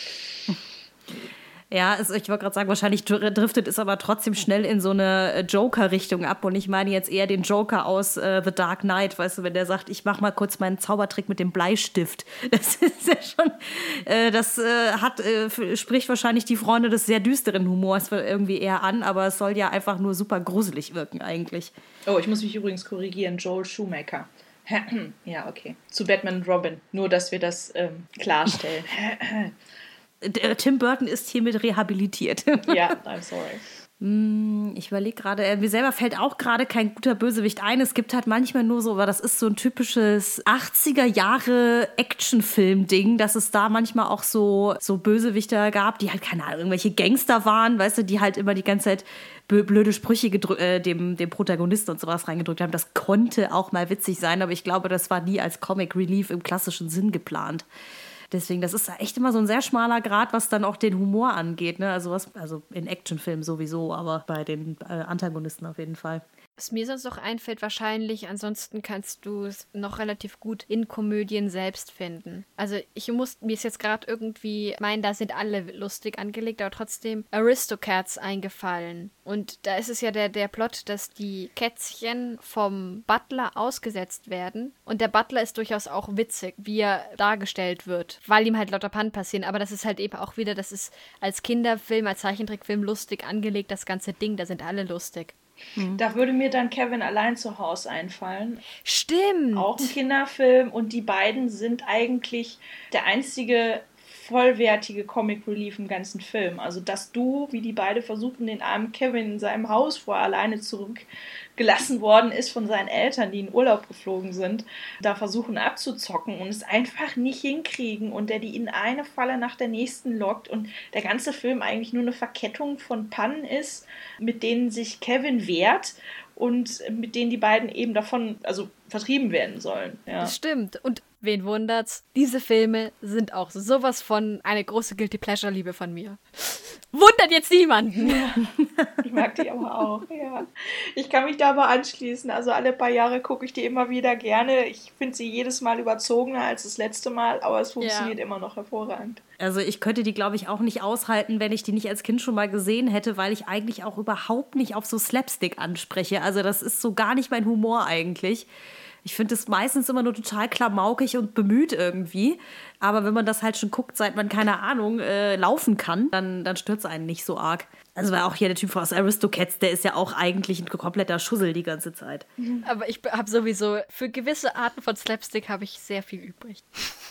Ja, es, ich wollte gerade sagen, wahrscheinlich driftet es aber trotzdem schnell in so eine Joker-Richtung ab. Und ich meine jetzt eher den Joker aus äh, The Dark Knight, weißt du, wenn der sagt, ich mach mal kurz meinen Zaubertrick mit dem Bleistift. Das ist ja schon, äh, das äh, hat, äh, spricht wahrscheinlich die Freunde des sehr düsteren Humors irgendwie eher an, aber es soll ja einfach nur super gruselig wirken eigentlich. Oh, ich muss mich übrigens korrigieren, Joel Schumacher. Ja, okay. Zu Batman und Robin, nur dass wir das ähm, klarstellen. Tim Burton ist hiermit rehabilitiert. Ja, I'm sorry. Ich überlege gerade, mir selber fällt auch gerade kein guter Bösewicht ein. Es gibt halt manchmal nur so, aber das ist so ein typisches achtziger Jahre Actionfilm-Ding, dass es da manchmal auch so, so Bösewichter gab, die halt, keine Ahnung, irgendwelche Gangster waren, weißt du, die halt immer die ganze Zeit blöde Sprüche gedrü- äh, dem, dem Protagonisten und sowas reingedrückt haben. Das konnte auch mal witzig sein, aber ich glaube, das war nie als Comic Relief im klassischen Sinn geplant. Deswegen, das ist echt immer so ein sehr schmaler Grad, was dann auch den Humor angeht. Ne? Also, was, also in Actionfilmen sowieso, aber bei den äh, Antagonisten auf jeden Fall. Was mir sonst noch einfällt, wahrscheinlich, ansonsten kannst du es noch relativ gut in Komödien selbst finden. Also ich muss mir ist jetzt gerade irgendwie meinen, da sind alle lustig angelegt, aber trotzdem Aristocats eingefallen. Und da ist es ja der, der Plot, dass die Kätzchen vom Butler ausgesetzt werden. Und der Butler ist durchaus auch witzig, wie er dargestellt wird, weil ihm halt lauter Pannen passieren. Aber das ist halt eben auch wieder, das ist als Kinderfilm, als Zeichentrickfilm lustig angelegt, das ganze Ding, da sind alle lustig. Da würde mir dann Kevin allein zu Hause einfallen. Stimmt. Auch ein Kinderfilm und die beiden sind eigentlich der einzige vollwertige Comic Relief im ganzen Film. Also das Duo, wie die beide versuchen, den armen Kevin in seinem Haus, wo er alleine zurückgelassen worden ist von seinen Eltern, die in Urlaub geflogen sind, da versuchen abzuzocken und es einfach nicht hinkriegen und der die in eine Falle nach der nächsten lockt und der ganze Film eigentlich nur eine Verkettung von Pannen ist, mit denen sich Kevin wehrt und mit denen die beiden eben davon, also vertrieben werden sollen. Ja. Das stimmt. Und wen wundert's? Diese Filme sind auch sowas von eine große Guilty Pleasure-Liebe von mir. Wundert jetzt niemanden. Ja. Ich mag die aber auch, ja. Ich kann mich da aber anschließen. Also alle paar Jahre gucke ich die immer wieder gerne. Ich finde sie jedes Mal überzogener als das letzte Mal, aber es funktioniert ja immer noch hervorragend. Also ich könnte die, glaube ich, auch nicht aushalten, wenn ich die nicht als Kind schon mal gesehen hätte, weil ich eigentlich auch überhaupt nicht auf so Slapstick anspreche. Also das ist so gar nicht mein Humor eigentlich. Ich finde es meistens immer nur total klamaukig und bemüht irgendwie. Aber wenn man das halt schon guckt, seit man, keine Ahnung, äh, laufen kann, dann, dann stört es einen nicht so arg. Also weil auch hier der Typ aus Aristocats, der ist ja auch eigentlich ein kompletter Schussel die ganze Zeit. Aber ich habe sowieso, für gewisse Arten von Slapstick habe ich sehr viel übrig.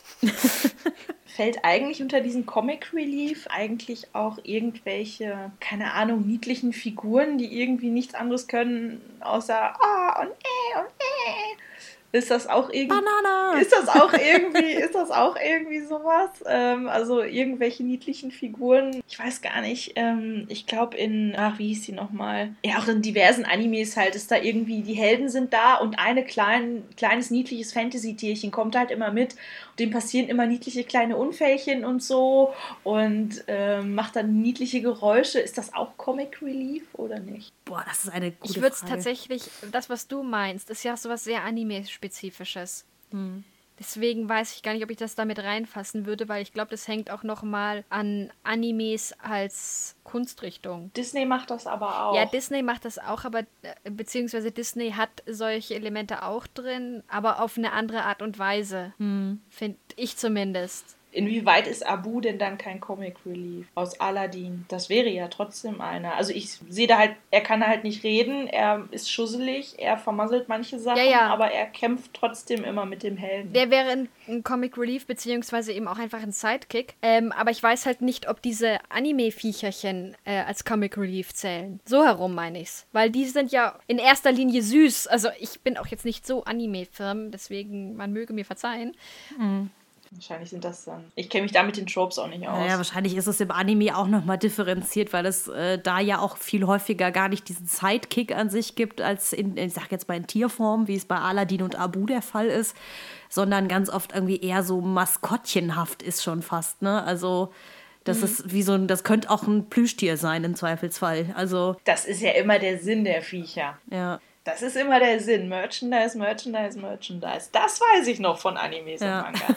Fällt eigentlich unter diesen Comic Relief eigentlich auch irgendwelche, keine Ahnung, niedlichen Figuren, die irgendwie nichts anderes können, außer ah und äh und äh. Ist das auch irgendwie Banana. Ist das auch irgendwie ist das auch irgendwie sowas? Ähm, also irgendwelche niedlichen Figuren. Ich weiß gar nicht. Ähm, ich glaube in ach wie hieß die nochmal? Ja, auch in diversen Animes halt ist da irgendwie die Helden sind da und eine klein, kleines niedliches Fantasy-Tierchen kommt halt immer mit. Dem passieren immer niedliche kleine Unfällchen und so und ähm, macht dann niedliche Geräusche. Ist das auch Comic Relief oder nicht? Boah, das ist eine gute Ich würde es Frage. tatsächlich, das was du meinst, ist ja sowas sehr Anime-spezifisches. Hm. Deswegen weiß ich gar nicht, ob ich das damit reinfassen würde, weil ich glaube, das hängt auch nochmal an Animes als Kunstrichtung. Disney macht das aber auch. Ja, Disney macht das auch, aber äh, beziehungsweise Disney hat solche Elemente auch drin, aber auf eine andere Art und Weise, Hm. finde ich zumindest. Inwieweit ist Abu denn dann kein Comic Relief aus Aladdin? Das wäre ja trotzdem einer. Also ich sehe da halt, er kann halt nicht reden, er ist schusselig, er vermasselt manche Sachen, Ja, ja. aber er kämpft trotzdem immer mit dem Helden. Der wäre ein, ein Comic Relief, beziehungsweise eben auch einfach ein Sidekick. Ähm, aber ich weiß halt nicht, ob diese Anime-Viecherchen äh, als Comic Relief zählen. So herum meine ich's. Weil die sind ja in erster Linie süß. Also ich bin auch jetzt nicht so Anime-Firm, deswegen, man möge mir verzeihen. Mhm. Wahrscheinlich sind das dann. Ich kenne mich da mit den Tropes auch nicht aus. Ja, wahrscheinlich ist es im Anime auch nochmal differenziert, weil es äh, da ja auch viel häufiger gar nicht diesen Sidekick an sich gibt, als in, ich sag jetzt mal in Tierform, wie es bei Aladdin und Abu der Fall ist, sondern ganz oft irgendwie eher so maskottchenhaft ist schon fast, ne? Also das mhm. ist wie so ein, das könnte auch ein Plüschtier sein im Zweifelsfall. Also das ist ja immer der Sinn der Viecher. ja. Das ist immer der Sinn. Merchandise, Merchandise, Merchandise. Das weiß ich noch von Animes Ja. und Manga.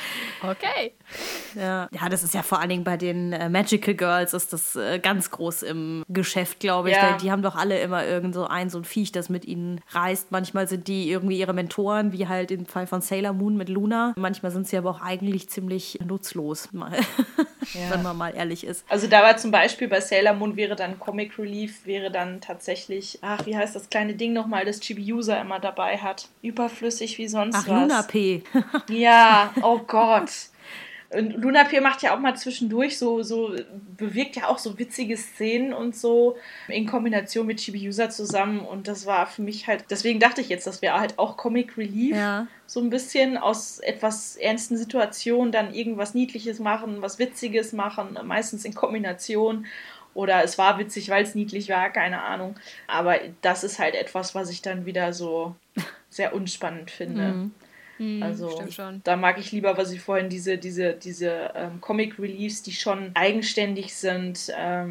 Okay. Ja. ja, das ist ja vor allen Dingen bei den äh, Magical Girls ist das äh, ganz groß im Geschäft, glaube ich. Ja. Die, die haben doch alle immer irgend so ein, so ein Viech, das mit ihnen reist. Manchmal sind die irgendwie ihre Mentoren, wie halt im Fall von Sailor Moon mit Luna. Manchmal sind sie aber auch eigentlich ziemlich nutzlos, mal. Ja. Wenn man mal ehrlich ist. Also da war zum Beispiel bei Sailor Moon wäre dann Comic Relief, wäre dann tatsächlich, ach, wie heißt das kleine Ding nochmal, das Chibi-User immer dabei hat. Überflüssig wie sonst Ach, was. Luna P. Ja, oh Gott. Und Luna P macht ja auch mal zwischendurch so, so, bewirkt ja auch so witzige Szenen und so in Kombination mit Chibi-User zusammen und das war für mich halt, deswegen dachte ich jetzt, das wäre halt auch Comic Relief, Ja. so ein bisschen aus etwas ernsten Situationen dann irgendwas Niedliches machen, was Witziges machen, meistens in Kombination oder es war witzig, weil es niedlich war, keine Ahnung, aber das ist halt etwas, was ich dann wieder so sehr unspannend finde. Mhm. Also Stimmt schon. da mag ich lieber, was ich vorhin diese, diese, diese ähm, Comic Reliefs, die schon eigenständig sind, ähm,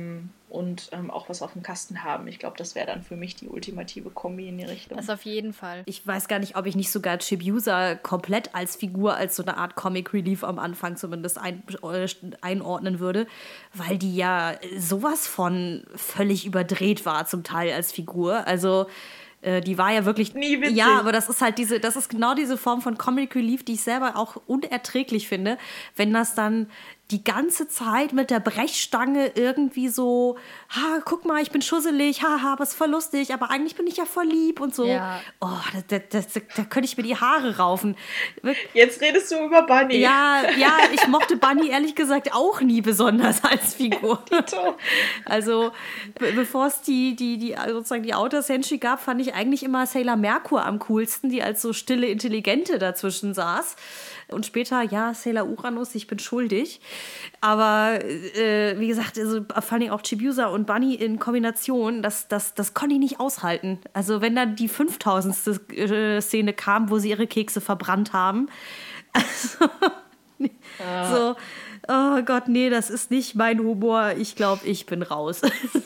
und ähm, auch was auf dem Kasten haben. Ich glaube, das wäre dann für mich die ultimative Kombi in die Richtung. Das auf jeden Fall. Ich weiß gar nicht, ob ich nicht sogar Chibiusa komplett als Figur, als so eine Art Comic Relief am Anfang zumindest ein, äh, einordnen würde, weil die ja sowas von völlig überdreht war zum Teil als Figur. Also äh, die war ja wirklich... Nie witzig. Ja, aber das ist halt diese, das ist genau diese Form von Comic Relief, die ich selber auch unerträglich finde, wenn das dann die ganze Zeit mit der Brechstange irgendwie so, ha, guck mal, ich bin schusselig, haha, aber ist voll lustig, aber eigentlich bin ich ja voll lieb und so. Ja. Oh, da, da, da, da könnte ich mir die Haare raufen. Jetzt redest du über Bunny. Ja, ja, ich mochte Bunny ehrlich gesagt auch nie besonders als Figur. Also, be- bevor es die, die, die, sozusagen die Outer Senshi gab, fand ich eigentlich immer Sailor Merkur am coolsten, die als so stille Intelligente dazwischen saß. Und später, ja, Sailor Uranus, ich bin schuldig. Aber äh, wie gesagt, also, vor allem auch Chibiusa und Bunny in Kombination, das, das, das konnte ich nicht aushalten. Also wenn dann die fünftausendste äh, Szene kam, wo sie ihre Kekse verbrannt haben. Also, ah. so, oh Gott, nee, das ist nicht mein Humor. Ich glaube, ich bin raus.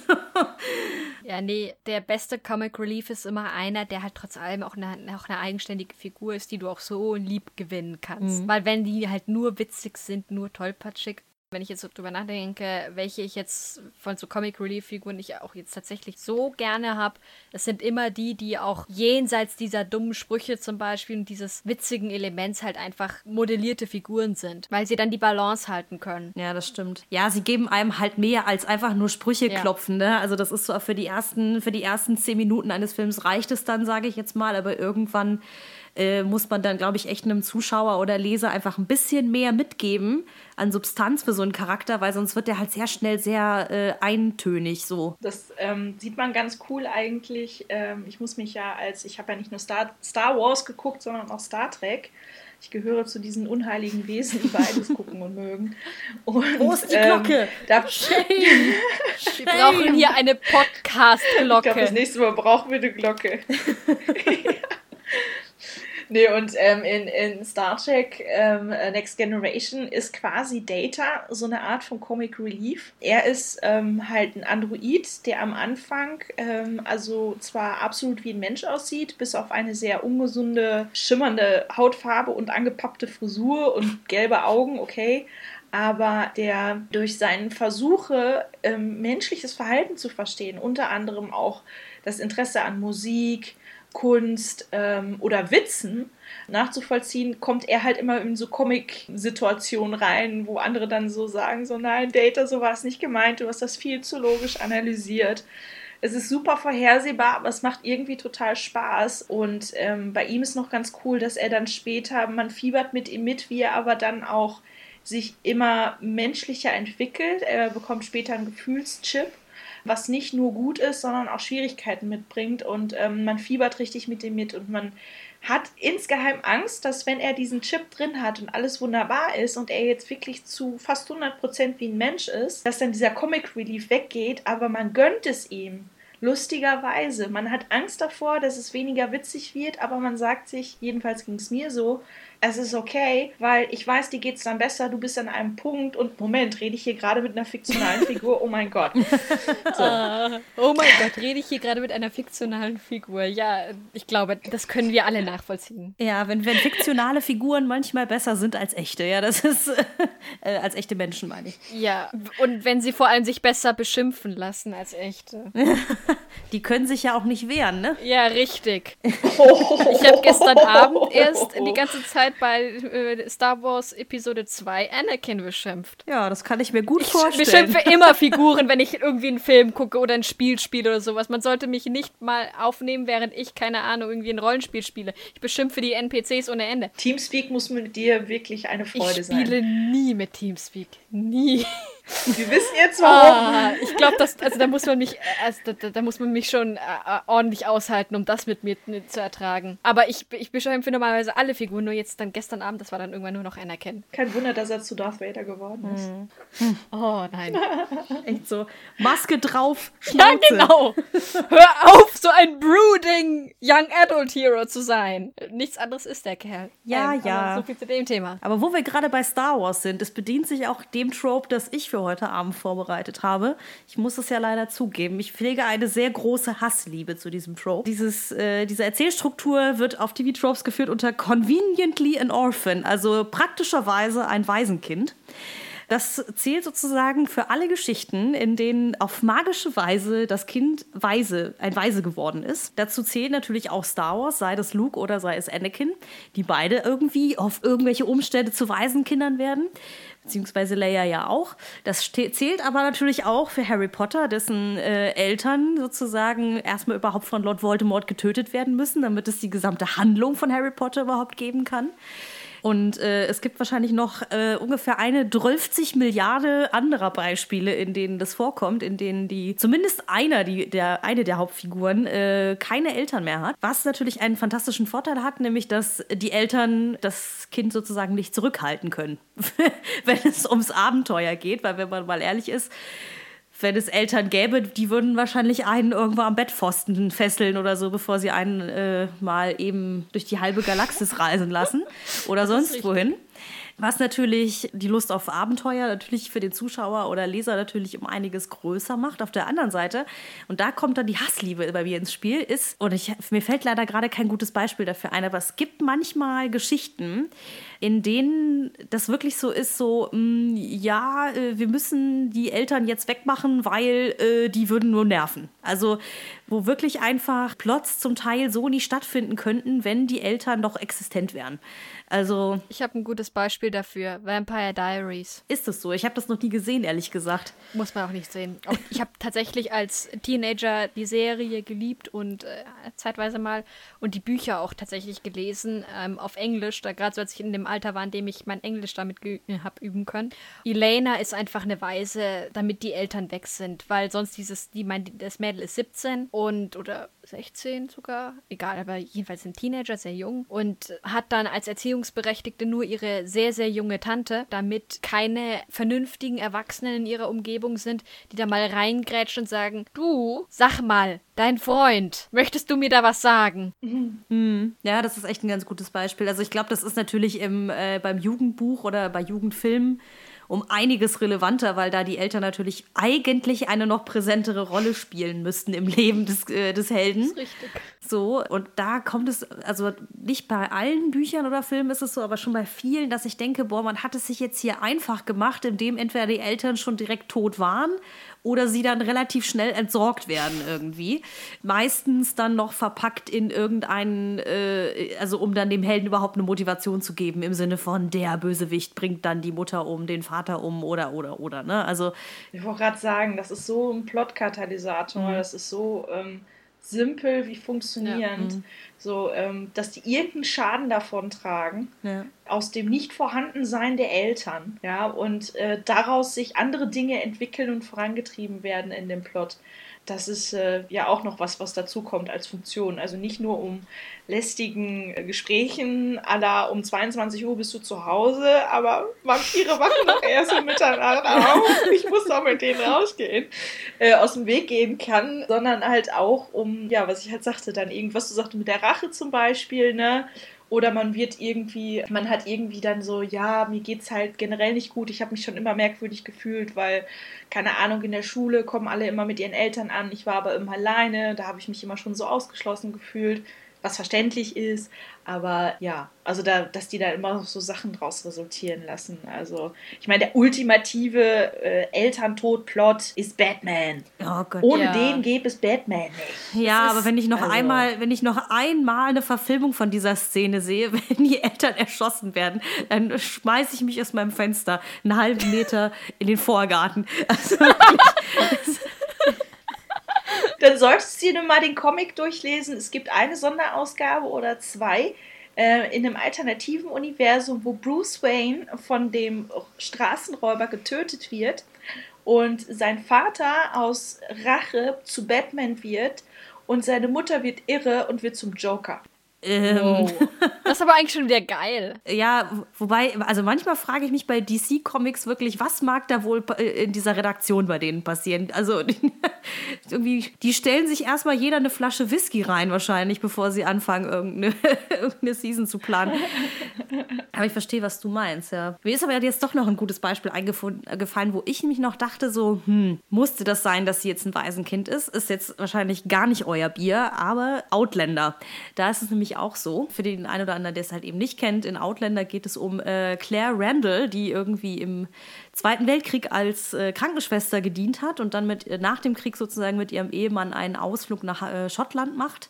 Ja, nee, der beste Comic Relief ist immer einer, der halt trotz allem auch eine, auch eine eigenständige Figur ist, die du auch so lieb gewinnen kannst. Mhm. Weil wenn die halt nur witzig sind, nur tollpatschig, wenn ich jetzt so drüber nachdenke, welche ich jetzt von so Comic Relief Figuren ich auch jetzt tatsächlich so gerne habe, das sind immer die, die auch jenseits dieser dummen Sprüche zum Beispiel und dieses witzigen Elements halt einfach modellierte Figuren sind, weil sie dann die Balance halten können. Ja, das stimmt. Ja, sie geben einem halt mehr als einfach nur Sprüche Ja. klopfen, ne? Also das ist so für die ersten, für die ersten zehn Minuten eines Films reicht es dann, sage ich jetzt mal, aber irgendwann äh, muss man dann, glaube ich, echt einem Zuschauer oder Leser einfach ein bisschen mehr mitgeben an Substanz für so einen Charakter, weil sonst wird der halt sehr schnell sehr äh, eintönig so. Das ähm, sieht man ganz cool eigentlich. Ähm, ich muss mich ja als, ich habe ja nicht nur Star, Star Wars geguckt, sondern auch Star Trek. Ich gehöre zu diesen unheiligen Wesen, die beides gucken und mögen. Und, Wo ist die ähm, Glocke? Da, Wir brauchen hier eine ich glaube, das Podcast-Glocke. nächste Mal brauchen wir eine Glocke. Nee, und ähm, in, in Star Trek ähm, Next Generation ist quasi Data so eine Art von Comic Relief. Er ist ähm, halt ein Android, der am Anfang ähm, also zwar absolut wie ein Mensch aussieht, bis auf eine sehr ungesunde, schimmernde Hautfarbe und angepappte Frisur und gelbe Augen, okay, aber der durch seine Versuche, ähm, menschliches Verhalten zu verstehen, unter anderem auch das Interesse an Musik, Kunst ähm, oder Witzen nachzuvollziehen, kommt er halt immer in so Comic-Situationen rein, wo andere dann so sagen, so nein, Data, so war es nicht gemeint, du hast das viel zu logisch analysiert. Es ist super vorhersehbar, aber es macht irgendwie total Spaß und ähm, bei ihm ist noch ganz cool, dass er dann später, man fiebert mit ihm mit, wie er aber dann auch sich immer menschlicher entwickelt. Er bekommt später einen Gefühlschip, was nicht nur gut ist, sondern auch Schwierigkeiten mitbringt und ähm, man fiebert richtig mit ihm mit und man hat insgeheim Angst, dass wenn er diesen Chip drin hat und alles wunderbar ist und er jetzt wirklich zu fast hundert Prozent wie ein Mensch ist, dass dann dieser Comic Relief weggeht, aber man gönnt es ihm. Lustigerweise. Man hat Angst davor, dass es weniger witzig wird, aber man sagt sich, jedenfalls ging es mir so, es ist okay, weil ich weiß, dir geht's dann besser, du bist an einem Punkt und Moment, rede ich hier gerade mit einer fiktionalen Figur? Oh mein Gott. So. Uh, oh mein Gott, rede ich hier gerade mit einer fiktionalen Figur? Ja, ich glaube, das können wir alle nachvollziehen. Ja, wenn, wenn fiktionale Figuren manchmal besser sind als echte, ja, das ist äh, als echte Menschen, meine ich. Ja, und wenn sie vor allem sich besser beschimpfen lassen als echte. Die können sich ja auch nicht wehren, ne? Ja, richtig. Ich habe gestern Abend erst die ganze Zeit bei äh, Star Wars Episode zwei Anakin beschimpft. Ja, das kann ich mir gut Ich vorstellen. beschimpfe immer Figuren, wenn ich irgendwie einen Film gucke oder ein Spiel spiele oder sowas. Man sollte mich nicht mal aufnehmen, während ich, keine Ahnung, irgendwie ein Rollenspiel spiele. Ich beschimpfe die N P Cs ohne Ende. Teamspeak muss mit dir wirklich eine Freude Ich spiele sein. nie mit Teamspeak. Nie. Wir wissen jetzt warum. Ah, ich glaube, also da muss man mich, also da, da muss man mich schon äh, ordentlich aushalten, um das mit mir mit zu ertragen. Aber ich, ich beschimpfe normalerweise alle Figuren, nur jetzt dann gestern Abend, das war dann irgendwann nur noch Anakin. Kein Wunder, dass er zu Darth Vader geworden ist. Mhm. Oh nein. Echt so, Maske drauf, Ja, Schnauze. genau. Hör auf, so ein brooding Young Adult Hero zu sein. Nichts anderes ist der Kerl. Ja, ähm, ja. So viel zu dem Thema. Aber wo wir gerade bei Star Wars sind, es bedient sich auch dem Trope, das ich für heute Abend vorbereitet habe. Ich muss es ja leider zugeben. Ich pflege eine sehr große Hassliebe zu diesem Trope. Dieses, äh, diese Erzählstruktur wird auf T V-Tropes geführt unter conveniently an orphan, also praktischerweise ein Waisenkind. Das zählt sozusagen für alle Geschichten, in denen auf magische Weise das Kind weise, ein Weise geworden ist. Dazu zählt natürlich auch Star Wars, sei das Luke oder sei es Anakin, die beide irgendwie auf irgendwelche Umstände zu Waisenkindern werden. Beziehungsweise Leia ja auch. Das zählt aber natürlich auch für Harry Potter, dessen äh, Eltern sozusagen erstmal überhaupt von Lord Voldemort getötet werden müssen, damit es die gesamte Handlung von Harry Potter überhaupt geben kann. Und äh, es gibt wahrscheinlich noch äh, ungefähr eine dreißig Milliarden anderer Beispiele, in denen das vorkommt, in denen die zumindest einer, die, der, eine der Hauptfiguren äh, keine Eltern mehr hat. Was natürlich einen fantastischen Vorteil hat, nämlich, dass die Eltern das Kind sozusagen nicht zurückhalten können, wenn es ums Abenteuer geht. Weil wenn man mal ehrlich ist, wenn es Eltern gäbe, die würden wahrscheinlich einen irgendwo am Bettpfosten fesseln oder so, bevor sie einen äh, mal eben durch die halbe Galaxis reisen lassen oder sonst wohin. Was natürlich die Lust auf Abenteuer natürlich für den Zuschauer oder Leser natürlich um einiges größer macht. Auf der anderen Seite, und da kommt dann die Hassliebe bei mir ins Spiel, ist, und ich, mir fällt leider gerade kein gutes Beispiel dafür ein, aber es gibt manchmal Geschichten, in denen das wirklich so ist, so, mh, ja, äh, wir müssen die Eltern jetzt wegmachen, weil äh, die würden nur nerven. Also, wo wirklich einfach Plots zum Teil so nie stattfinden könnten, wenn die Eltern noch existent wären. Also, ich habe ein gutes Beispiel dafür. Vampire Diaries. Ist es so? Ich habe das noch nie gesehen, ehrlich gesagt. Muss man auch nicht sehen. Auch ich habe tatsächlich als Teenager die Serie geliebt und äh, zeitweise mal und die Bücher auch tatsächlich gelesen ähm, auf Englisch, da gerade so, als ich in dem Alter war, in dem ich mein Englisch damit habe üben können. Elena ist einfach eine Weise, damit die Eltern weg sind, weil sonst dieses, die mein, das Mädel ist siebzehn und oder sechzehn sogar, egal, aber jedenfalls ein Teenager, sehr jung und hat dann als Erziehungsberechtigte nur ihre sehr, sehr junge Tante, damit keine vernünftigen Erwachsenen in ihrer Umgebung sind, die da mal reingrätschen und sagen, du, sag mal, dein Freund, möchtest du mir da was sagen? Mhm. Ja, das ist echt ein ganz gutes Beispiel. Also ich glaube, das ist natürlich im, äh, beim Jugendbuch oder bei Jugendfilmen um einiges relevanter, weil da die Eltern natürlich eigentlich eine noch präsentere Rolle spielen müssten im Leben des, äh, des Helden. Das ist richtig. So, und da kommt es, also nicht bei allen Büchern oder Filmen ist es so, aber schon bei vielen, dass ich denke, boah, man hat es sich jetzt hier einfach gemacht, indem entweder die Eltern schon direkt tot waren oder sie dann relativ schnell entsorgt werden irgendwie. Meistens dann noch verpackt in irgendeinen, äh, also um dann dem Helden überhaupt eine Motivation zu geben, im Sinne von, der Bösewicht bringt dann die Mutter um, den Vater um oder, oder, oder, ne? Also, ich wollte gerade sagen, das ist so ein Plot-Katalysator, mhm. das ist so ähm, simpel wie funktionierend, ja. so, ähm, dass die irgendeinen Schaden davon tragen, ja. aus dem Nicht-Vorhandensein der Eltern, ja, und äh, daraus sich andere Dinge entwickeln und vorangetrieben werden in dem Plot. Das ist äh, ja auch noch was, was dazu kommt als Funktion. Also nicht nur um lästigen äh, Gesprächen à la um zweiundzwanzig Uhr bist du zu Hause, aber Vampire wachen doch erst um Mitternacht auf, ich muss doch mit denen rausgehen, äh, aus dem Weg gehen kann, sondern halt auch um, ja, was ich halt sagte, dann irgendwas, du sagst mit der Rache zum Beispiel, ne? Oder man wird irgendwie, man hat irgendwie dann so, ja, mir geht's halt generell nicht gut, ich habe mich schon immer merkwürdig gefühlt, weil, keine Ahnung, in der Schule kommen alle immer mit ihren Eltern an, ich war aber immer alleine, da habe ich mich immer schon so ausgeschlossen gefühlt, was verständlich ist, aber ja, also da, dass die da immer so Sachen draus resultieren lassen. Also ich meine, der ultimative äh, Elterntod-Plot ist Batman. Oh Gott, Ohne ja. den gäbe es Batman nicht. Ja, das aber ist, wenn ich noch also, einmal, wenn ich noch einmal eine Verfilmung von dieser Szene sehe, wenn die Eltern erschossen werden, dann schmeiße ich mich aus meinem Fenster einen halben Meter in den Vorgarten. Also wirklich, dann solltest du dir mal den Comic durchlesen. Es gibt eine Sonderausgabe oder zwei äh, in einem alternativen Universum, wo Bruce Wayne von dem Straßenräuber getötet wird und sein Vater aus Rache zu Batman wird und seine Mutter wird irre und wird zum Joker. Ähm, wow. Das ist aber eigentlich schon wieder geil. Ja, wobei, also manchmal frage ich mich bei D C-Comics wirklich, was mag da wohl in dieser Redaktion bei denen passieren? Also irgendwie, die stellen sich erstmal jeder eine Flasche Whisky rein wahrscheinlich, bevor sie anfangen, irgendeine, irgendeine Season zu planen. Aber ich verstehe, was du meinst, ja. Mir ist aber jetzt doch noch ein gutes Beispiel eingefallen, wo ich mich noch dachte, so, hm, musste das sein, dass sie jetzt ein Waisenkind ist? Ist jetzt wahrscheinlich gar nicht euer Bier, aber Outlander. Da ist es nämlich auch so, für den einen oder anderen, der es halt eben nicht kennt, in Outlander geht es um äh, Claire Randall, die irgendwie im Zweiten Weltkrieg als äh, Krankenschwester gedient hat und dann mit, äh, nach dem Krieg sozusagen mit ihrem Ehemann einen Ausflug nach äh, Schottland macht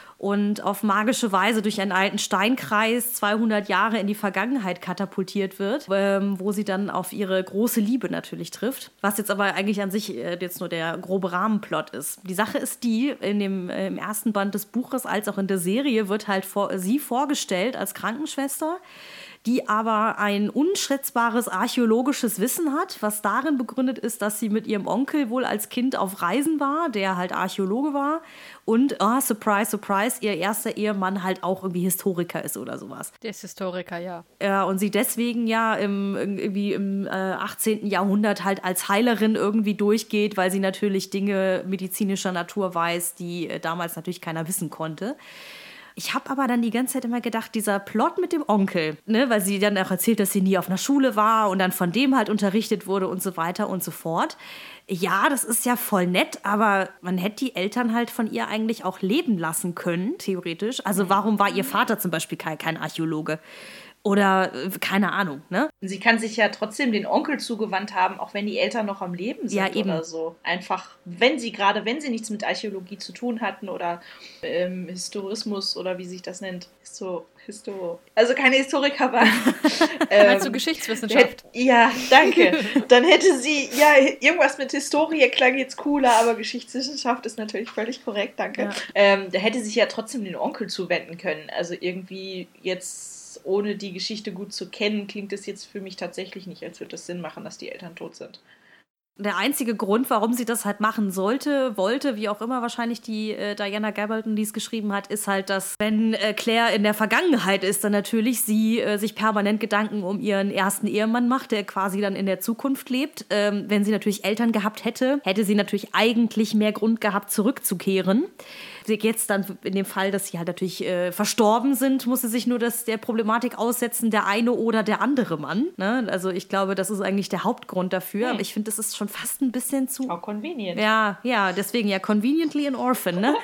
und auf magische Weise durch einen alten Steinkreis zweihundert Jahre in die Vergangenheit katapultiert wird, ähm, wo sie dann auf ihre große Liebe natürlich trifft. Was jetzt aber eigentlich an sich äh, jetzt nur der grobe Rahmenplot ist. Die Sache ist die, in dem, äh, im ersten Band des Buches als auch in der Serie wird halt vor, sie vorgestellt als Krankenschwester, die aber ein unschätzbares archäologisches Wissen hat, was darin begründet ist, dass sie mit ihrem Onkel wohl als Kind auf Reisen war, der halt Archäologe war und, oh, surprise, surprise, ihr erster Ehemann halt auch irgendwie Historiker ist oder sowas. Der ist Historiker, ja. Ja, und sie deswegen ja im, irgendwie im äh, achtzehnten Jahrhundert halt als Heilerin irgendwie durchgeht, weil sie natürlich Dinge medizinischer Natur weiß, die äh, damals natürlich keiner wissen konnte. Ich habe aber dann die ganze Zeit immer gedacht, dieser Plot mit dem Onkel, ne, weil sie dann auch erzählt, dass sie nie auf einer Schule war und dann von dem halt unterrichtet wurde und so weiter und so fort. Ja, das ist ja voll nett, aber man hätte die Eltern halt von ihr eigentlich auch leben lassen können, theoretisch. Also warum war ihr Vater zum Beispiel kein, kein Archäologe? Oder äh, keine Ahnung, ne? Sie kann sich ja trotzdem den Onkel zugewandt haben, auch wenn die Eltern noch am Leben sind, ja, eben. Oder so. Einfach, wenn sie, gerade wenn sie nichts mit Archäologie zu tun hatten oder ähm, Historismus oder wie sich das nennt. Histo, Histo, also keine Historiker waren. ähm, Meinst du Geschichtswissenschaft? Hätt, ja, danke. Dann hätte sie, ja, irgendwas mit Historie klang jetzt cooler, aber Geschichtswissenschaft ist natürlich völlig korrekt, danke. Ja. Ähm, da hätte sich ja trotzdem den Onkel zuwenden können. Also irgendwie jetzt ohne die Geschichte gut zu kennen, klingt es jetzt für mich tatsächlich nicht, als würde es Sinn machen, dass die Eltern tot sind. Der einzige Grund, warum sie das halt machen sollte, wollte, wie auch immer wahrscheinlich die äh, Diana Gabaldon, die es geschrieben hat, ist halt, dass wenn äh, Claire in der Vergangenheit ist, dann natürlich sie äh, sich permanent Gedanken um ihren ersten Ehemann macht, der quasi dann in der Zukunft lebt. Ähm, wenn sie natürlich Eltern gehabt hätte, hätte sie natürlich eigentlich mehr Grund gehabt, zurückzukehren. Jetzt dann in dem Fall, dass sie halt natürlich äh, verstorben sind, muss sie sich nur das, der Problematik aussetzen, der eine oder der andere Mann. Ne? Also ich glaube, das ist eigentlich der Hauptgrund dafür. Hm. Aber ich finde, das ist schon fast ein bisschen zu... Auch convenient. Ja, ja, deswegen ja, conveniently an orphan, ne?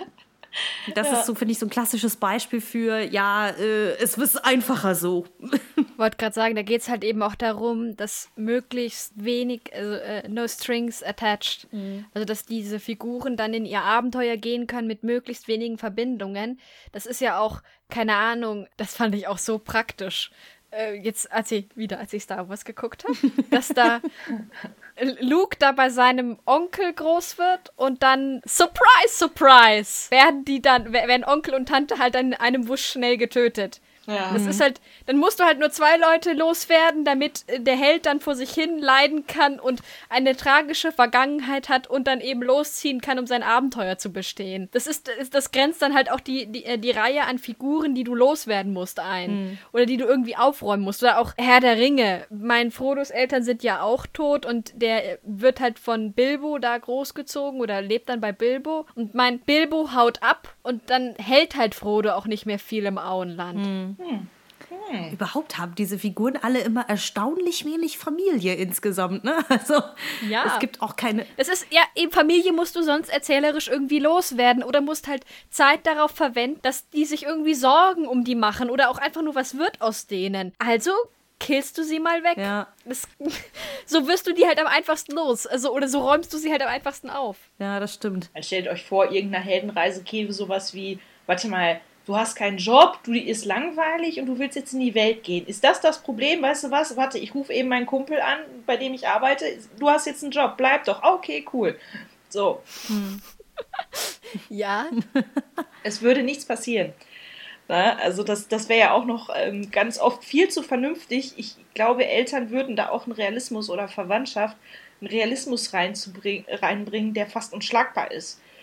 Das ja. ist so, finde ich, so ein klassisches Beispiel für, ja, äh, es ist einfacher so. Ich wollte gerade sagen, da geht es halt eben auch darum, dass möglichst wenig, also äh, no strings attached, mhm. also dass diese Figuren dann in ihr Abenteuer gehen können mit möglichst wenigen Verbindungen. Das ist ja auch, keine Ahnung, das fand ich auch so praktisch. Äh, jetzt, als ich, wieder, als ich Star Wars geguckt habe, dass da Luke da bei seinem Onkel groß wird und dann, surprise, surprise, werden die dann, werden Onkel und Tante halt dann in einem Wusch schnell getötet. Ja. Das ist halt, dann musst du halt nur zwei Leute loswerden, damit der Held dann vor sich hin leiden kann und eine tragische Vergangenheit hat und dann eben losziehen kann, um sein Abenteuer zu bestehen. Das ist, das grenzt dann halt auch die, die, die Reihe an Figuren, die du loswerden musst, ein. Mhm. Oder die du irgendwie aufräumen musst. Oder auch Herr der Ringe. Mein Frodos Eltern sind ja auch tot und der wird halt von Bilbo da großgezogen oder lebt dann bei Bilbo. Und mein Bilbo haut ab und dann hält halt Frodo auch nicht mehr viel im Auenland. Mhm. Hm. Hm. Überhaupt haben diese Figuren alle immer erstaunlich wenig Familie insgesamt, ne? Also ja. Es gibt auch keine... Es ist, ja, eben Familie musst du sonst erzählerisch irgendwie loswerden oder musst halt Zeit darauf verwenden, dass die sich irgendwie Sorgen um die machen oder auch einfach nur was wird aus denen. Also killst du sie mal weg. Ja. Das, so wirst du die halt am einfachsten los. Also, oder so räumst du sie halt am einfachsten auf. Ja, das stimmt. Dann stellt euch vor, irgendeiner Heldenreise käme sowas wie, warte mal, du hast keinen Job, du ist langweilig und du willst jetzt in die Welt gehen. Ist das das Problem? Weißt du was? Warte, ich rufe eben meinen Kumpel an, bei dem ich arbeite. Du hast jetzt einen Job, bleib doch. Okay, cool. So. Hm. Ja. Es würde nichts passieren. Na, also das, das wäre ja auch noch ähm, ganz oft viel zu vernünftig. Ich glaube, Eltern würden da auch einen Realismus oder Verwandtschaft, einen Realismus reinzubringen, reinbringen, der fast unschlagbar ist.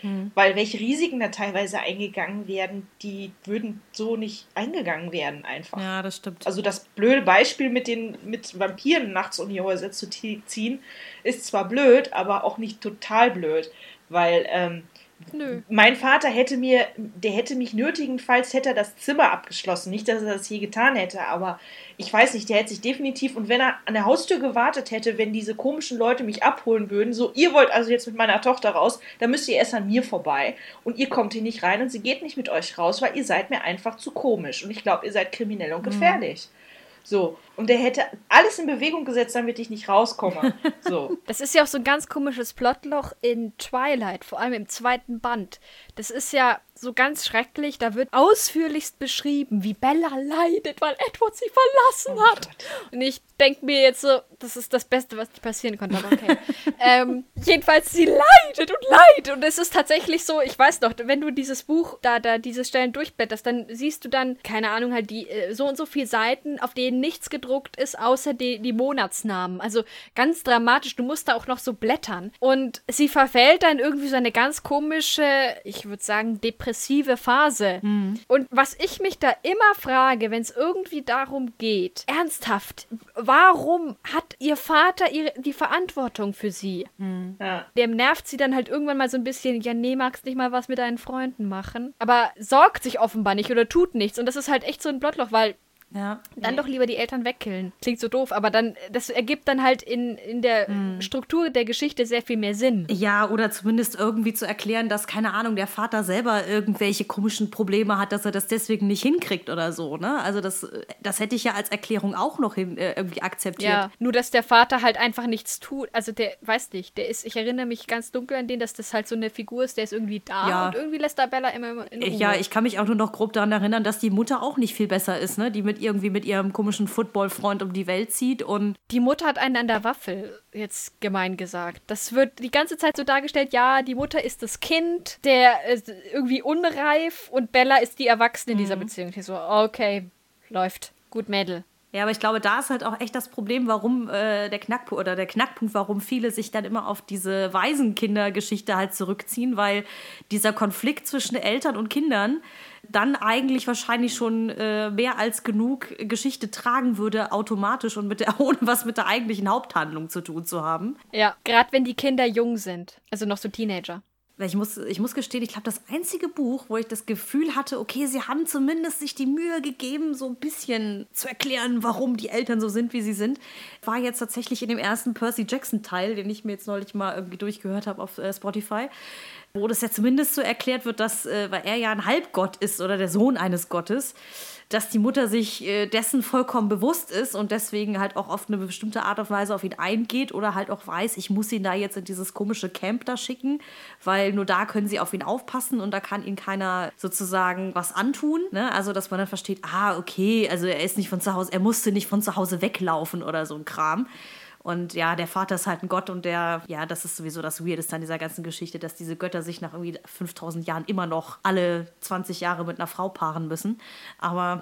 Mhm. Weil welche Risiken da teilweise eingegangen werden, die würden so nicht eingegangen werden einfach. Ja, das stimmt. Also das blöde Beispiel mit den mit Vampiren nachts um die Häuser zu t- ziehen, ist zwar blöd, aber auch nicht total blöd. Weil ähm, Nö. mein Vater hätte mir, der hätte mich nötigenfalls, hätte er das Zimmer abgeschlossen. Nicht, dass er das je getan hätte, aber ich weiß nicht, der hätte sich definitiv, und wenn er an der Haustür gewartet hätte, wenn diese komischen Leute mich abholen würden, so, ihr wollt also jetzt mit meiner Tochter raus, dann müsst ihr erst an mir vorbei und ihr kommt hier nicht rein und sie geht nicht mit euch raus, weil ihr seid mir einfach zu komisch und ich glaube, ihr seid kriminell und gefährlich. Mhm. So, und der hätte alles in Bewegung gesetzt, damit ich nicht rauskomme. So. Das ist ja auch so ein ganz komisches Plotloch in Twilight, vor allem im zweiten Band. Das ist ja so ganz schrecklich, da wird ausführlichst beschrieben, wie Bella leidet, weil Edward sie verlassen oh hat. Gott. Und ich denke mir jetzt so, das ist das Beste, was passieren konnte, aber okay. ähm, jedenfalls, sie leidet und leidet und es ist tatsächlich so, ich weiß noch, wenn du dieses Buch, da, da diese Stellen durchblätterst, dann siehst du dann, keine Ahnung, halt die äh, so und so viele Seiten, auf denen nichts gedruckt ist, außer die, die Monatsnamen. Also ganz dramatisch, du musst da auch noch so blättern. Und sie verfällt dann irgendwie so eine ganz komische, ich würde sagen, depressive Phase. Mhm. Und was ich mich da immer frage, wenn es irgendwie darum geht, ernsthaft, warum hat ihr Vater ihre, die Verantwortung für sie? Mhm. Ja. Dem nervt sie dann halt irgendwann mal so ein bisschen, ja, nee, magst nicht mal was mit deinen Freunden machen. Aber sorgt sich offenbar nicht oder tut nichts. Und das ist halt echt so ein Plotloch, weil Ja. Dann nee. doch lieber die Eltern wegkillen. Klingt so doof, aber dann, das ergibt dann halt in, in der mm. Struktur der Geschichte sehr viel mehr Sinn. Ja, oder zumindest irgendwie zu erklären, dass, keine Ahnung, der Vater selber irgendwelche komischen Probleme hat, dass er das deswegen nicht hinkriegt oder so, ne? Also das, das hätte ich ja als Erklärung auch noch hin, äh, irgendwie akzeptiert. Ja, nur dass der Vater halt einfach nichts tut. Also der, weiß nicht, der ist, ich erinnere mich ganz dunkel an den, dass das halt so eine Figur ist, der ist irgendwie da ja. und irgendwie lässt da Bella immer in Ruhe. Ja, ich kann mich auch nur noch grob daran erinnern, dass die Mutter auch nicht viel besser ist, ne? Die mit irgendwie mit ihrem komischen Football-Freund um die Welt zieht und die Mutter hat einen an der Waffel, jetzt gemein gesagt. Das wird die ganze Zeit so dargestellt, ja, die Mutter ist das Kind, der ist irgendwie unreif und Bella ist die Erwachsene in dieser mhm. Beziehung. Ich so, okay, läuft. Gut, Mädel. Ja, aber ich glaube, da ist halt auch echt das Problem, warum äh, der Knackpunkt oder der Knackpunkt, warum viele sich dann immer auf diese Waisenkindergeschichte halt zurückziehen, weil dieser Konflikt zwischen Eltern und Kindern dann eigentlich wahrscheinlich schon äh, mehr als genug Geschichte tragen würde, automatisch und mit der, ohne was mit der eigentlichen Haupthandlung zu tun zu haben. Ja, gerade wenn die Kinder jung sind, also noch so Teenager. Ich muss, ich muss gestehen, ich glaube, das einzige Buch, wo ich das Gefühl hatte, okay, sie haben zumindest sich die Mühe gegeben, so ein bisschen zu erklären, warum die Eltern so sind, wie sie sind, war jetzt tatsächlich in dem ersten Percy Jackson-Teil, den ich mir jetzt neulich mal irgendwie durchgehört habe auf äh, Spotify, wo das ja zumindest so erklärt wird, dass, äh, weil er ja ein Halbgott ist oder der Sohn eines Gottes, dass die Mutter sich äh, dessen vollkommen bewusst ist und deswegen halt auch auf eine bestimmte Art und Weise auf ihn eingeht oder halt auch weiß, ich muss ihn da jetzt in dieses komische Camp da schicken, weil nur da können sie auf ihn aufpassen und da kann ihn keiner sozusagen was antun, ne? Also, dass man dann versteht, ah, okay, also er ist nicht von zu Hause, er musste nicht von zu Hause weglaufen oder so ein Kram. Und ja, der Vater ist halt ein Gott und der, ja, das ist sowieso das Weirdeste an dieser ganzen Geschichte, dass diese Götter sich nach irgendwie fünftausend Jahren immer noch alle zwanzig Jahre mit einer Frau paaren müssen. Aber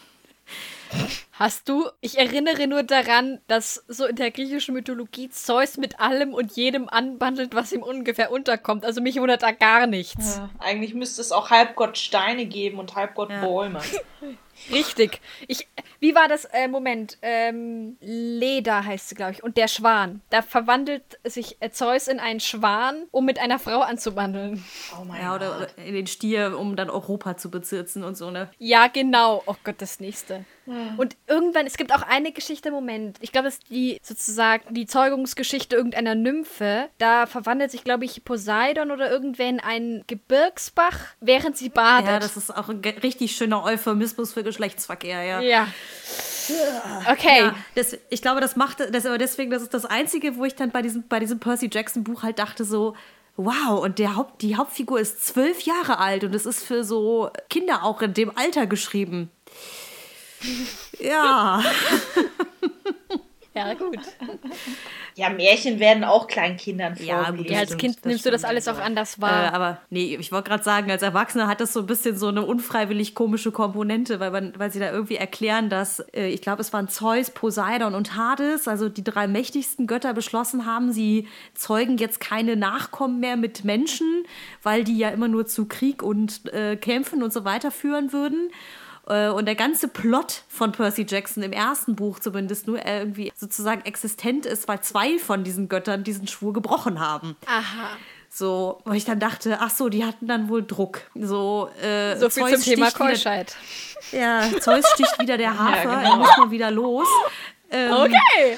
hast du, ich erinnere nur daran, dass so in der griechischen Mythologie Zeus mit allem und jedem anbandelt, was ihm ungefähr unterkommt. Also mich wundert da gar nichts. Ja, eigentlich müsste es auch Halbgott Steine geben und Halbgott ja. Bäume. Richtig. Ich, wie war das? Äh, Moment. Ähm, Leda heißt sie, glaube ich. Und der Schwan. Da verwandelt sich Zeus in einen Schwan, um mit einer Frau anzubandeln. Oh mein ja, oder, oder in den Stier, um dann Europa zu bezirzen und so, ne? Ja, genau. Oh Gott, das nächste. Ja. Und irgendwann, es gibt auch eine Geschichte, Moment. Ich glaube, das ist die sozusagen die Zeugungsgeschichte irgendeiner Nymphe. Da verwandelt sich, glaube ich, Poseidon oder irgendwer in einen Gebirgsbach, während sie badet. Ja, das ist auch ein richtig schöner Euphemismus für Geschlechtsverkehr, ja. Ja. Okay. Ja, das, ich glaube, das macht, das aber deswegen, das ist das Einzige, wo ich dann bei diesem, bei diesem Percy Jackson Buch halt dachte so, wow, und der Haupt, die Hauptfigur ist zwölf Jahre alt und es ist für so Kinder auch in dem Alter geschrieben. Ja. Ja, gut. Ja, Märchen werden auch Kleinkindern Ja, vorgelesen. gut, Ja, als stimmt, Kind das nimmst du das stimmt, alles auch ja. anders Äh, wahr. aber nee, ich wollte gerade sagen, als Erwachsener hat das so ein bisschen so eine unfreiwillig komische Komponente, weil, man, weil sie da irgendwie erklären, dass, äh, ich glaube, es waren Zeus, Poseidon und Hades, also die drei mächtigsten Götter beschlossen haben, sie zeugen jetzt keine Nachkommen mehr mit Menschen, weil die ja immer nur zu Krieg und äh, Kämpfen und so weiter führen würden. Und der ganze Plot von Percy Jackson im ersten Buch zumindest nur irgendwie sozusagen existent ist, weil zwei von diesen Göttern diesen Schwur gebrochen haben. Aha. So, wo ich dann dachte, ach so, die hatten dann wohl Druck. So, äh, So viel Zeus zum Thema sticht wieder- Keuschheit. Ja, Zeus sticht wieder der Hafer, Ja, genau. er muss mal wieder los. Ähm, Okay.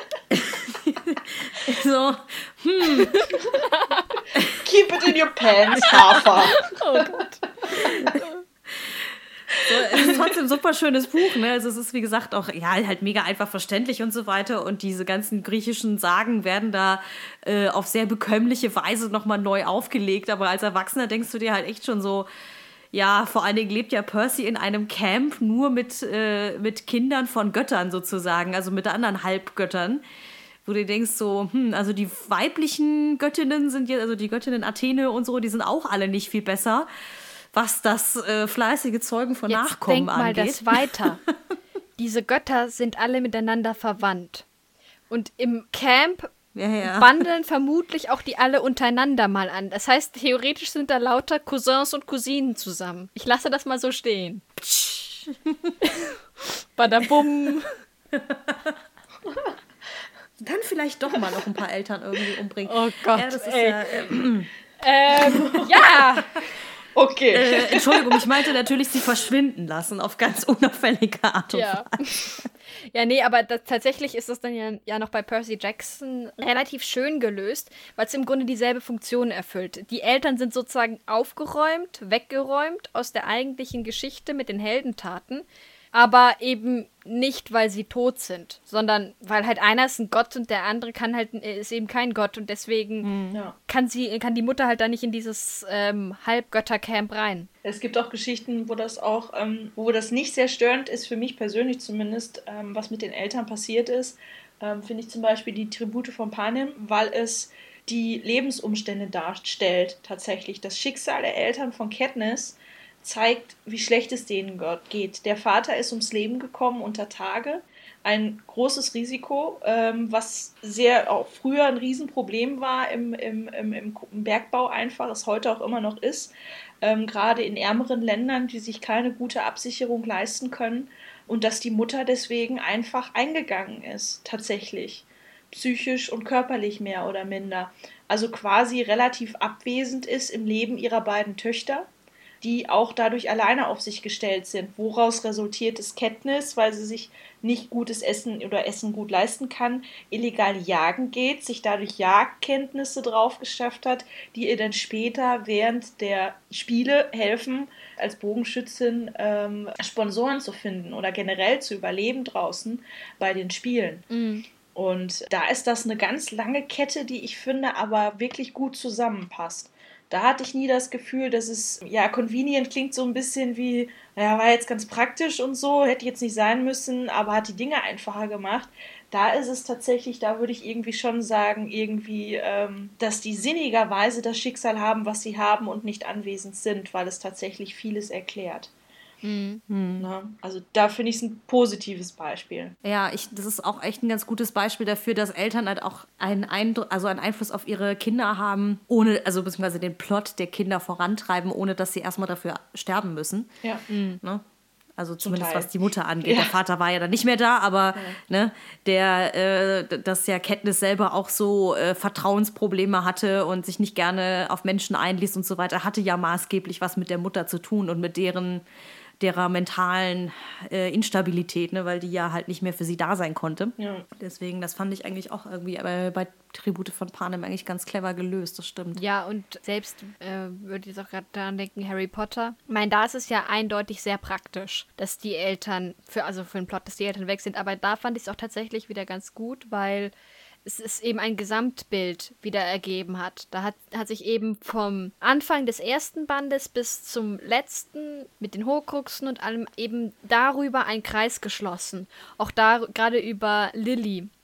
So, Keep it in your pants, Hafer. Oh Gott. So, es ist trotzdem ein super schönes Buch, ne? Also es ist, wie gesagt, auch ja, halt mega einfach verständlich und so weiter. Und diese ganzen griechischen Sagen werden da äh, auf sehr bekömmliche Weise nochmal neu aufgelegt. Aber als Erwachsener denkst du dir halt echt schon so, ja, vor allen Dingen lebt ja Percy in einem Camp nur mit, äh, mit Kindern von Göttern sozusagen, also mit anderen Halbgöttern. Wo du denkst so, hm, also die weiblichen Göttinnen sind jetzt, also die Göttinnen Athene und so, die sind auch alle nicht viel besser, was das äh, fleißige Zeugen von Jetzt Nachkommen denk mal angeht. das weiter. Diese Götter sind alle miteinander verwandt. Und im Camp Ja, ja. bandeln vermutlich auch die alle untereinander mal an. Das heißt, theoretisch sind da lauter Cousins und Cousinen zusammen. Ich lasse das mal so stehen. Badabum. Dann vielleicht doch mal noch ein paar Eltern irgendwie umbringen. Oh Gott, ja, das ist ey. ja, äh, Ähm, ja. Okay. äh, Entschuldigung, ich meinte natürlich, sie verschwinden lassen auf ganz unauffällige Art und Ja. Weise. Ja, nee, aber das, tatsächlich ist das dann ja, ja noch bei Percy Jackson relativ schön gelöst, weil es im Grunde dieselbe Funktion erfüllt. Die Eltern sind sozusagen aufgeräumt, weggeräumt aus der eigentlichen Geschichte mit den Heldentaten, aber eben nicht, weil sie tot sind, sondern weil halt einer ist ein Gott und der andere kann halt ist eben kein Gott und deswegen Ja. kann sie kann die Mutter halt da nicht in dieses ähm, Halbgöttercamp rein. Es gibt auch Geschichten, wo das auch, ähm, wo das nicht sehr störend ist, für mich persönlich zumindest, ähm, was mit den Eltern passiert ist, ähm, finde ich zum Beispiel die Tribute von Panem, weil es die Lebensumstände darstellt, tatsächlich. Das Schicksal der Eltern von Katniss zeigt, wie schlecht es denen geht. Der Vater ist ums Leben gekommen unter Tage. Ein großes Risiko, ähm, was sehr auch früher ein Riesenproblem war im, im, im, im Bergbau einfach, es heute auch immer noch ist. Ähm, gerade in ärmeren Ländern, die sich keine gute Absicherung leisten können. Und dass die Mutter deswegen einfach eingegangen ist, tatsächlich. Psychisch und körperlich mehr oder minder. Also quasi relativ abwesend ist im Leben ihrer beiden Töchter, die auch dadurch alleine auf sich gestellt sind. Woraus resultiert es Katniss, weil sie sich nicht gutes Essen oder Essen gut leisten kann, illegal jagen geht, sich dadurch Jagdkenntnisse drauf geschafft hat, die ihr dann später während der Spiele helfen, als Bogenschützin ähm, Sponsoren zu finden oder generell zu überleben draußen bei den Spielen. Mhm. Und da ist das eine ganz lange Kette, die ich finde aber wirklich gut zusammenpasst. Da hatte ich nie das Gefühl, dass es, ja, convenient klingt so ein bisschen wie, naja, war jetzt ganz praktisch und so, hätte jetzt nicht sein müssen, aber hat die Dinge einfacher gemacht. Da ist es tatsächlich, da würde ich irgendwie schon sagen, irgendwie, ähm, dass die sinnigerweise das Schicksal haben, was sie haben und nicht anwesend sind, weil es tatsächlich vieles erklärt. Mhm. Ne? Also da finde ich es ein positives Beispiel. Ja, ich, das ist auch echt ein ganz gutes Beispiel dafür, dass Eltern halt auch einen, Eindruck, also einen Einfluss auf ihre Kinder haben, ohne, also beziehungsweise den Plot der Kinder vorantreiben, ohne dass sie erstmal dafür sterben müssen. Ja. Ne? Also zumindest Teil. was die Mutter angeht. Ja. Der Vater war ja dann nicht mehr da, aber ne, der, äh, dass ja Katniss selber auch so äh, Vertrauensprobleme hatte und sich nicht gerne auf Menschen einließ und so weiter, hatte ja maßgeblich was mit der Mutter zu tun und mit deren derer mentalen äh, Instabilität, ne, weil die ja halt nicht mehr für sie da sein konnte. Ja. Deswegen, das fand ich eigentlich auch irgendwie bei, bei Tribute von Panem eigentlich ganz clever gelöst, das stimmt. Ja, und selbst äh, würde ich jetzt auch gerade daran denken, Harry Potter. Ich meine, da ist es ja eindeutig sehr praktisch, dass die Eltern, für also für den Plot, dass die Eltern weg sind. Aber da fand ich es auch tatsächlich wieder ganz gut, weil es ist eben ein Gesamtbild wieder ergeben hat. Da hat, hat sich eben vom Anfang des ersten Bandes bis zum letzten mit den Horcruxen und allem eben darüber ein Kreis geschlossen. Auch da gerade über Lily,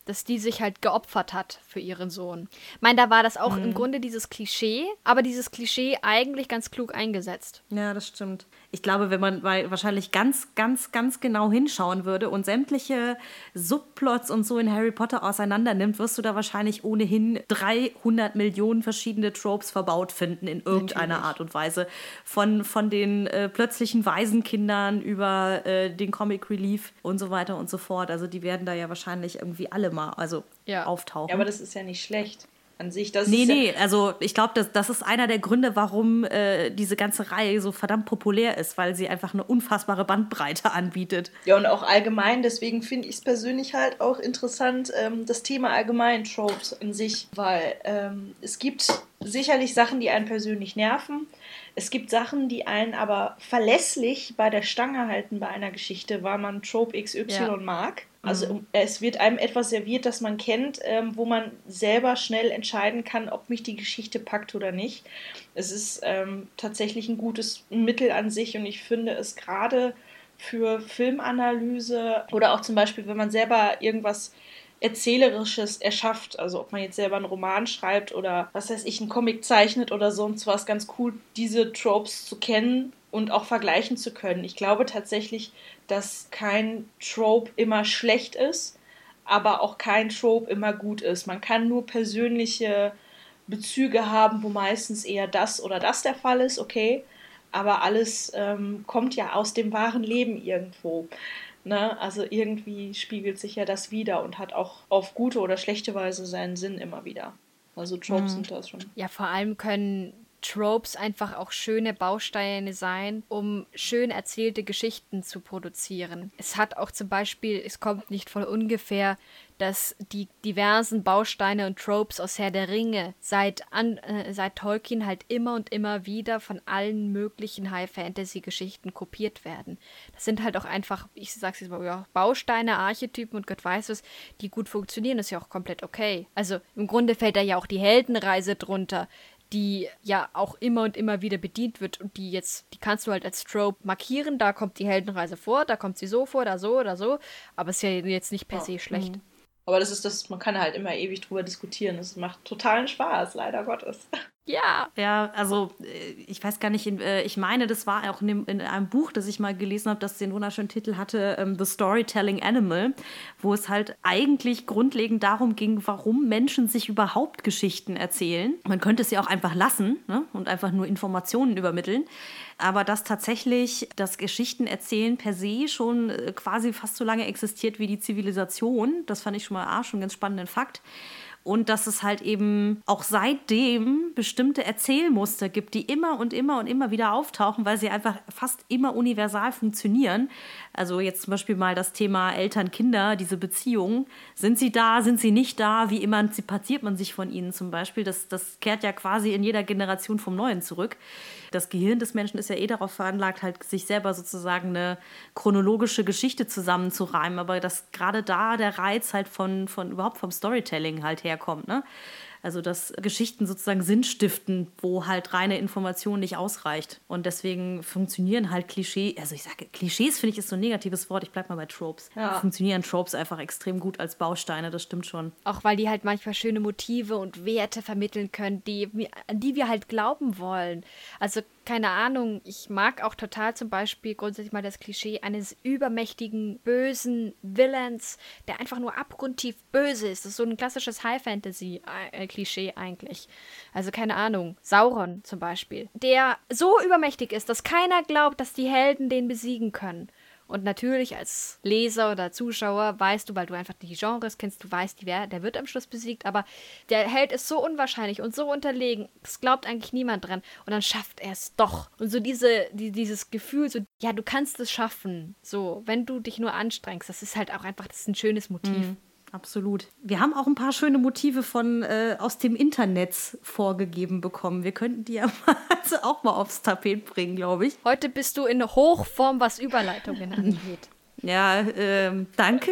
dass die sich halt geopfert hat für ihren Sohn. Ich meine, da war das auch mhm. im Grunde dieses Klischee, aber dieses Klischee eigentlich ganz klug eingesetzt. Ja, das stimmt. Ich glaube, wenn man wahrscheinlich ganz, ganz, ganz genau hinschauen würde und sämtliche Subplots und so in Harry Potter auseinander nimmt, wirst du da wahrscheinlich ohnehin dreihundert Millionen verschiedene Tropes verbaut finden in irgendeiner Natürlich. Art und Weise. Von, von den äh, plötzlichen Waisenkindern über äh, den Comic Relief und so weiter und so fort. Also die werden da ja wahrscheinlich irgendwie alle mal also ja. auftauchen. Ja, aber das ist ja nicht schlecht. An sich, das nee, ist nee, ja also ich glaube, das, das ist einer der Gründe, warum äh, diese ganze Reihe so verdammt populär ist, weil sie einfach eine unfassbare Bandbreite anbietet. Ja, und auch allgemein, deswegen finde ich es persönlich halt auch interessant, ähm, das Thema allgemein Tropes in sich, weil ähm, es gibt sicherlich Sachen, die einen persönlich nerven. Es gibt Sachen, die einen aber verlässlich bei der Stange halten bei einer Geschichte, weil man Trope X Y ja. mag. Also mhm. es wird einem etwas serviert, das man kennt, ähm, wo man selber schnell entscheiden kann, ob mich die Geschichte packt oder nicht. Es ist ähm, tatsächlich ein gutes Mittel an sich und ich finde es gerade für Filmanalyse oder auch zum Beispiel, wenn man selber irgendwas Erzählerisches erschafft, also ob man jetzt selber einen Roman schreibt oder was weiß ich, einen Comic zeichnet oder sonst was, ganz cool, diese Tropes zu kennen und auch vergleichen zu können. Ich glaube tatsächlich, dass kein Trope immer schlecht ist, aber auch kein Trope immer gut ist. Man kann nur persönliche Bezüge haben, wo meistens eher das oder das der Fall ist, okay, aber alles ähm, kommt ja aus dem wahren Leben irgendwo. Ne? Also irgendwie spiegelt sich ja das wieder und hat auch auf gute oder schlechte Weise seinen Sinn immer wieder. Also Tropes mhm. sind das schon. Ja, vor allem können Tropes einfach auch schöne Bausteine sein, um schön erzählte Geschichten zu produzieren. Es hat auch zum Beispiel, es kommt nicht von ungefähr, dass die diversen Bausteine und Tropes aus Herr der Ringe seit, an, äh, seit Tolkien halt immer und immer wieder von allen möglichen High-Fantasy-Geschichten kopiert werden. Das sind halt auch einfach, ich sag's jetzt mal, ja, Bausteine, Archetypen und Gott weiß was, die gut funktionieren, ist ja auch komplett okay. Also im Grunde fällt da ja auch die Heldenreise drunter, die ja auch immer und immer wieder bedient wird und die jetzt, die kannst du halt als Trope markieren, da kommt die Heldenreise vor, da kommt sie so vor, da so oder so, aber ist ja jetzt nicht per se schlecht. Mhm. Aber das ist das, man kann halt immer ewig drüber diskutieren, das macht totalen Spaß, leider Gottes. Ja. Ja, also ich weiß gar nicht, ich meine, das war auch in, dem, in einem Buch, das ich mal gelesen habe, das den wunderschönen Titel hatte, um, The Storytelling Animal, wo es halt eigentlich grundlegend darum ging, warum Menschen sich überhaupt Geschichten erzählen. Man könnte es ja auch einfach lassen, ne, und einfach nur Informationen übermitteln, aber dass tatsächlich das Geschichtenerzählen per se schon quasi fast so lange existiert wie die Zivilisation, das fand ich schon mal ah, schon einen ganz spannenden Fakt. Und dass es halt eben auch seitdem bestimmte Erzählmuster gibt, die immer und immer und immer wieder auftauchen, weil sie einfach fast immer universal funktionieren. Also jetzt zum Beispiel mal das Thema Eltern-Kinder, diese Beziehung. Sind sie da, sind sie nicht da? Wie emanzipiert man sich von ihnen zum Beispiel? Das, das kehrt ja quasi in jeder Generation vom Neuen zurück. Das Gehirn des Menschen ist ja eh darauf veranlagt, halt sich selber sozusagen eine chronologische Geschichte zusammenzureimen. Aber dass gerade da der Reiz halt von, von überhaupt vom Storytelling halt herkommt, ne? Also dass Geschichten sozusagen Sinn stiften, wo halt reine Information nicht ausreicht. Und deswegen funktionieren halt Klischees, also ich sage, Klischees finde ich ist so ein negatives Wort, ich bleibe mal bei Tropes. Ja. Funktionieren Tropes einfach extrem gut als Bausteine, das stimmt schon. Auch weil die halt manchmal schöne Motive und Werte vermitteln können, die, an die wir halt glauben wollen. Also keine Ahnung, ich mag auch total zum Beispiel grundsätzlich mal das Klischee eines übermächtigen, bösen Villains, der einfach nur abgrundtief böse ist. Das ist so ein klassisches High-Fantasy-Klischee eigentlich. Also keine Ahnung, Sauron zum Beispiel, der so übermächtig ist, dass keiner glaubt, dass die Helden den besiegen können. Und natürlich als Leser oder Zuschauer weißt du, weil du einfach die Genres kennst, du weißt, der, der wird am Schluss besiegt, aber der Held ist so unwahrscheinlich und so unterlegen, das glaubt eigentlich niemand dran. Und dann schafft er es doch. Und so diese, die, dieses Gefühl, so, ja, du kannst es schaffen, so, wenn du dich nur anstrengst, das ist halt auch einfach, das ist ein schönes Motiv. Mhm. Absolut. Wir haben auch ein paar schöne Motive von äh, aus dem Internet vorgegeben bekommen. Wir könnten die ja mal, also auch mal aufs Tapet bringen, glaube ich. Heute bist du in Hochform, was Überleitungen angeht. Ja, ähm, danke.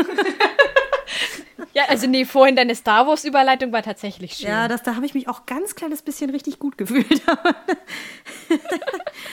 Ja, also nee, vorhin deine Star Wars-Überleitung war tatsächlich schön. Ja, das, da habe ich mich auch ganz kleines bisschen richtig gut gefühlt.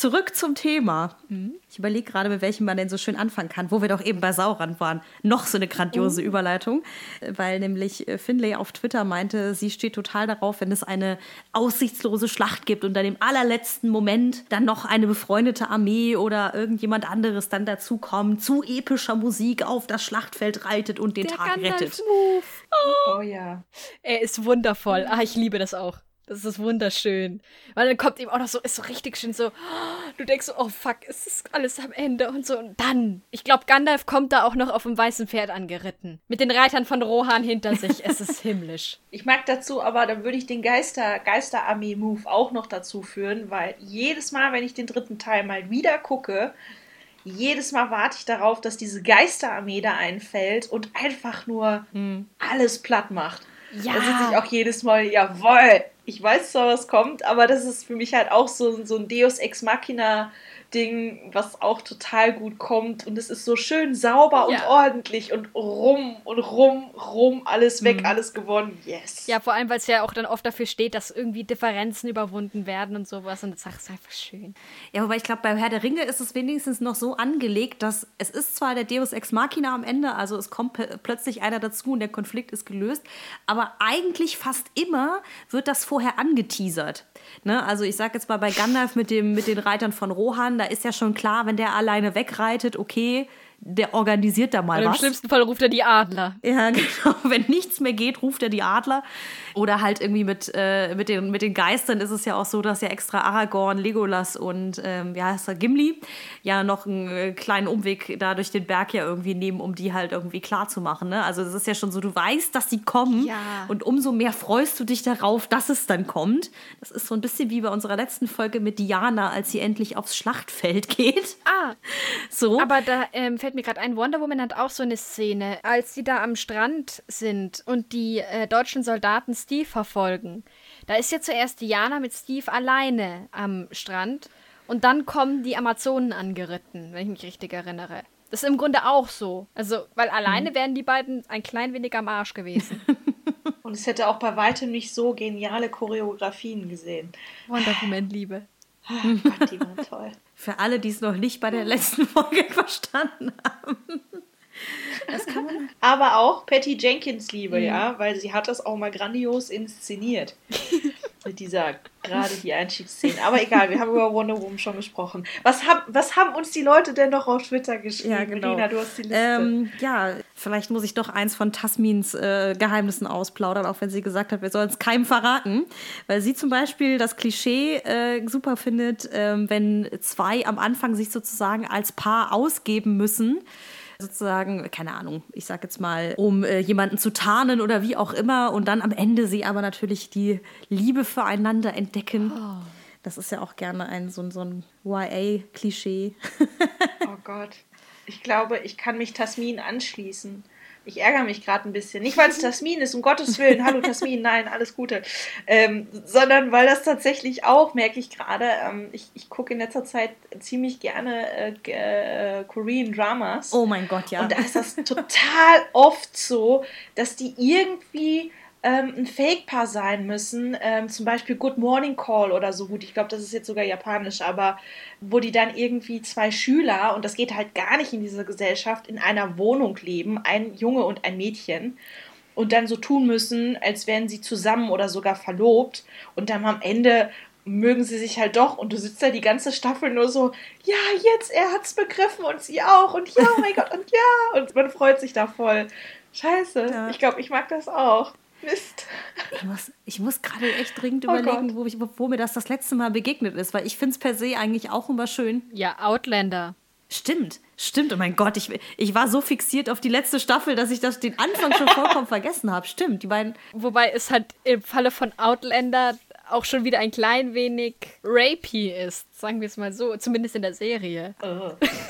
zurück zum Thema. Mhm. Ich überlege gerade, mit welchem man denn so schön anfangen kann, wo wir doch eben bei Sauron waren. Noch so eine grandiose mhm. Überleitung, weil nämlich Finlay auf Twitter meinte, sie steht total darauf, wenn es eine aussichtslose Schlacht gibt und dann im allerletzten Moment dann noch eine befreundete Armee oder irgendjemand anderes dann dazu kommt, zu epischer Musik auf das Schlachtfeld reitet und den Der Tag rettet. Oh. oh ja. Er ist wundervoll. Ah, ich liebe das auch. Das ist wunderschön. Weil dann kommt ihm auch noch so, ist so richtig schön so, du denkst so, oh fuck, es ist alles am Ende und so. Und dann, ich glaube, Gandalf kommt da auch noch auf dem weißen Pferd angeritten. Mit den Reitern von Rohan hinter sich. Es ist himmlisch. Ich mag dazu, aber dann würde ich den Geister, Geisterarmee-Move auch noch dazu führen, weil jedes Mal, wenn ich den dritten Teil mal wieder gucke, jedes Mal warte ich darauf, dass diese Geisterarmee da einfällt und einfach nur hm. alles platt macht. Ja. Da sitze ich auch jedes Mal, jawohl, ich weiß zwar, was kommt, aber das ist für mich halt auch so, so ein Deus Ex Machina Ding, was auch total gut kommt und es ist so schön sauber ja. und ordentlich und rum und rum, rum, alles weg, mhm. alles gewonnen, yes. Ja, vor allem, weil es ja auch dann oft dafür steht, dass irgendwie Differenzen überwunden werden und sowas und das ist einfach schön. Ja, wobei ich glaube, bei Herr der Ringe ist es wenigstens noch so angelegt, dass es ist zwar der Deus Ex Machina am Ende, also es kommt p- plötzlich einer dazu und der Konflikt ist gelöst, aber eigentlich fast immer wird das vorher angeteasert. Ne? Also ich sag jetzt mal bei Gandalf mit, dem, mit den Reitern von Rohan, da ist ja schon klar, wenn der alleine wegreitet, okay, der organisiert da mal und was. Im schlimmsten Fall ruft er die Adler. Ja, genau. Wenn nichts mehr geht, ruft er die Adler. Oder halt irgendwie mit, äh, mit, den, mit den Geistern ist es ja auch so, dass ja extra Aragorn, Legolas und, ähm, wie heißt er, Gimli ja noch einen äh, kleinen Umweg da durch den Berg ja irgendwie nehmen, um die halt irgendwie klar zu machen. Ne? Also es ist ja schon so, du weißt, dass sie kommen ja. und umso mehr freust du dich darauf, dass es dann kommt. Das ist so ein bisschen wie bei unserer letzten Folge mit Diana, als sie endlich aufs Schlachtfeld geht. Ah, so. Aber da ähm, fällt mir gerade ein, Wonder Woman hat auch so eine Szene, als sie da am Strand sind und die äh, deutschen Soldaten Steve verfolgen. Da ist ja zuerst Diana mit Steve alleine am Strand und dann kommen die Amazonen angeritten, wenn ich mich richtig erinnere. Das ist im Grunde auch so. Also, weil alleine hm. wären die beiden ein klein wenig am Arsch gewesen. Und es hätte auch bei weitem nicht so geniale Choreografien gesehen. Wonder Woman Liebe. Oh Gott, die waren toll. Für alle, die es noch nicht bei der letzten Folge verstanden haben. Das kann man. Aber auch Patty Jenkins Liebe, mhm. ja, weil sie hat das auch mal grandios inszeniert. Mit dieser, gerade die Einstiegsszene. Aber egal, wir haben über Wonder Woman schon gesprochen. Was, hab, was haben uns die Leute denn noch auf Twitter geschrieben? Ja, genau. Melina, du hast die Liste. Ähm, ja, vielleicht muss ich doch eins von Tasmins äh, Geheimnissen ausplaudern, auch wenn sie gesagt hat, wir sollen es keinem verraten. Weil sie zum Beispiel das Klischee äh, super findet, äh, wenn zwei am Anfang sich sozusagen als Paar ausgeben müssen. Sozusagen, keine Ahnung, ich sag jetzt mal, um äh, jemanden zu tarnen oder wie auch immer und dann am Ende sie aber natürlich die Liebe füreinander entdecken. Oh. Das ist ja auch gerne ein so, so ein Y A-Klischee. Oh Gott. Ich glaube, ich kann mich Tasmin anschließen. Ich ärgere mich gerade ein bisschen. Nicht, weil es Tasmin ist, um Gottes Willen. Hallo Tasmin, nein, alles Gute. Ähm, sondern weil das tatsächlich auch, merke ich gerade, ähm, ich, ich gucke in letzter Zeit ziemlich gerne äh, äh, Korean Dramas. Oh mein Gott, ja. Und da ist das total oft so, dass die irgendwie ähm, ein Fake-Paar sein müssen. Ähm, zum Beispiel Good Morning Call oder so. Gut, ich glaube, das ist jetzt sogar japanisch, aber wo die dann irgendwie zwei Schüler, und das geht halt gar nicht in dieser Gesellschaft, in einer Wohnung leben, ein Junge und ein Mädchen, und dann so tun müssen, als wären sie zusammen oder sogar verlobt, und dann am Ende mögen sie sich halt doch, und du sitzt da die ganze Staffel nur so, ja, jetzt, er hat's begriffen und sie auch, und ja, oh mein Gott, und ja, und man freut sich da voll. Scheiße, ja. Ich glaube, ich mag das auch. Mist. Ich muss, ich muss gerade echt dringend oh überlegen, wo, ich, wo mir das das letzte Mal begegnet ist, weil ich finde es per se eigentlich auch immer schön. Ja, Outlander. Stimmt, stimmt. Oh mein Gott, ich, ich war so fixiert auf die letzte Staffel, dass ich das den Anfang schon vollkommen vergessen habe. Stimmt, die beiden. Wobei es halt im Falle von Outlander auch schon wieder ein klein wenig rapey ist, sagen wir es mal so, zumindest in der Serie. Oh.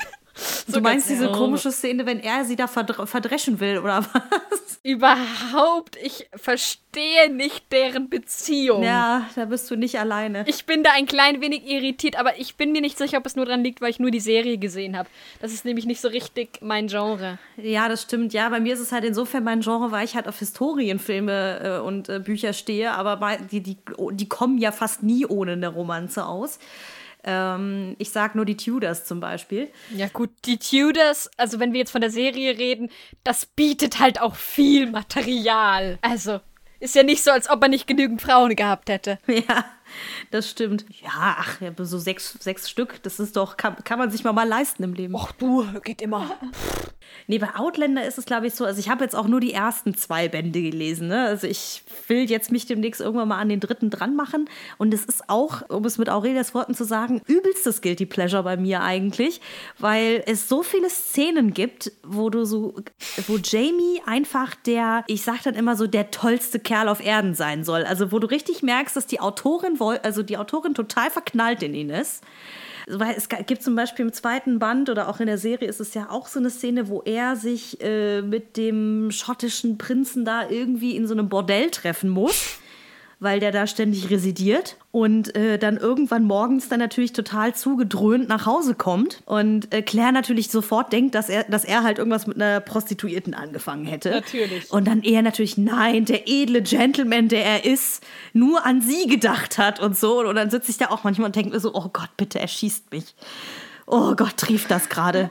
Du so meinst diese komische Szene, wenn er sie da verdr- verdreschen will, oder was? Überhaupt, ich verstehe nicht deren Beziehung. Ja, da bist du nicht alleine. Ich bin da ein klein wenig irritiert, aber ich bin mir nicht sicher, ob es nur dran liegt, weil ich nur die Serie gesehen habe. Das ist nämlich nicht so richtig mein Genre. Ja, das stimmt. Ja, bei mir ist es halt insofern mein Genre, weil ich halt auf Historienfilme äh, und äh, Bücher stehe, aber bei, die, die, die kommen ja fast nie ohne eine Romanze aus. Ähm, ich sag nur die Tudors zum Beispiel. Ja gut, die Tudors, also wenn wir jetzt von der Serie reden, das bietet halt auch viel Material. Also, ist ja nicht so, als ob er nicht genügend Frauen gehabt hätte. Ja, das stimmt. Ja, ach, so sechs, sechs Stück, das ist doch, kann, kann man sich mal mal leisten im Leben. Och du, geht immer. Nee, bei Outlander ist es, glaube ich, so, also ich habe jetzt auch nur die ersten zwei Bände gelesen, ne? Also ich will jetzt mich demnächst irgendwann mal an den dritten dran machen und es ist auch, um es mit Aurelias Worten zu sagen, übelstes Guilty Pleasure bei mir eigentlich, weil es so viele Szenen gibt, wo du so, wo Jamie einfach der, ich sag dann immer so, der tollste Kerl auf Erden sein soll. Also wo du richtig merkst, dass die Autorin, also die Autorin total verknallt in ihn ist. Weil es gibt zum Beispiel im zweiten Band oder auch in der Serie ist es ja auch so eine Szene, wo er sich äh, mit dem schottischen Prinzen da irgendwie in so einem Bordell treffen muss, weil der da ständig residiert und äh, dann irgendwann morgens dann natürlich total zugedröhnt nach Hause kommt und äh, Claire natürlich sofort denkt, dass er, dass er halt irgendwas mit einer Prostituierten angefangen hätte. Natürlich. Und dann er natürlich, nein, der edle Gentleman, der er ist, nur an sie gedacht hat und so. Und dann sitze ich da auch manchmal und denke mir so, oh Gott, bitte, er schießt mich. Oh Gott, trieft das gerade.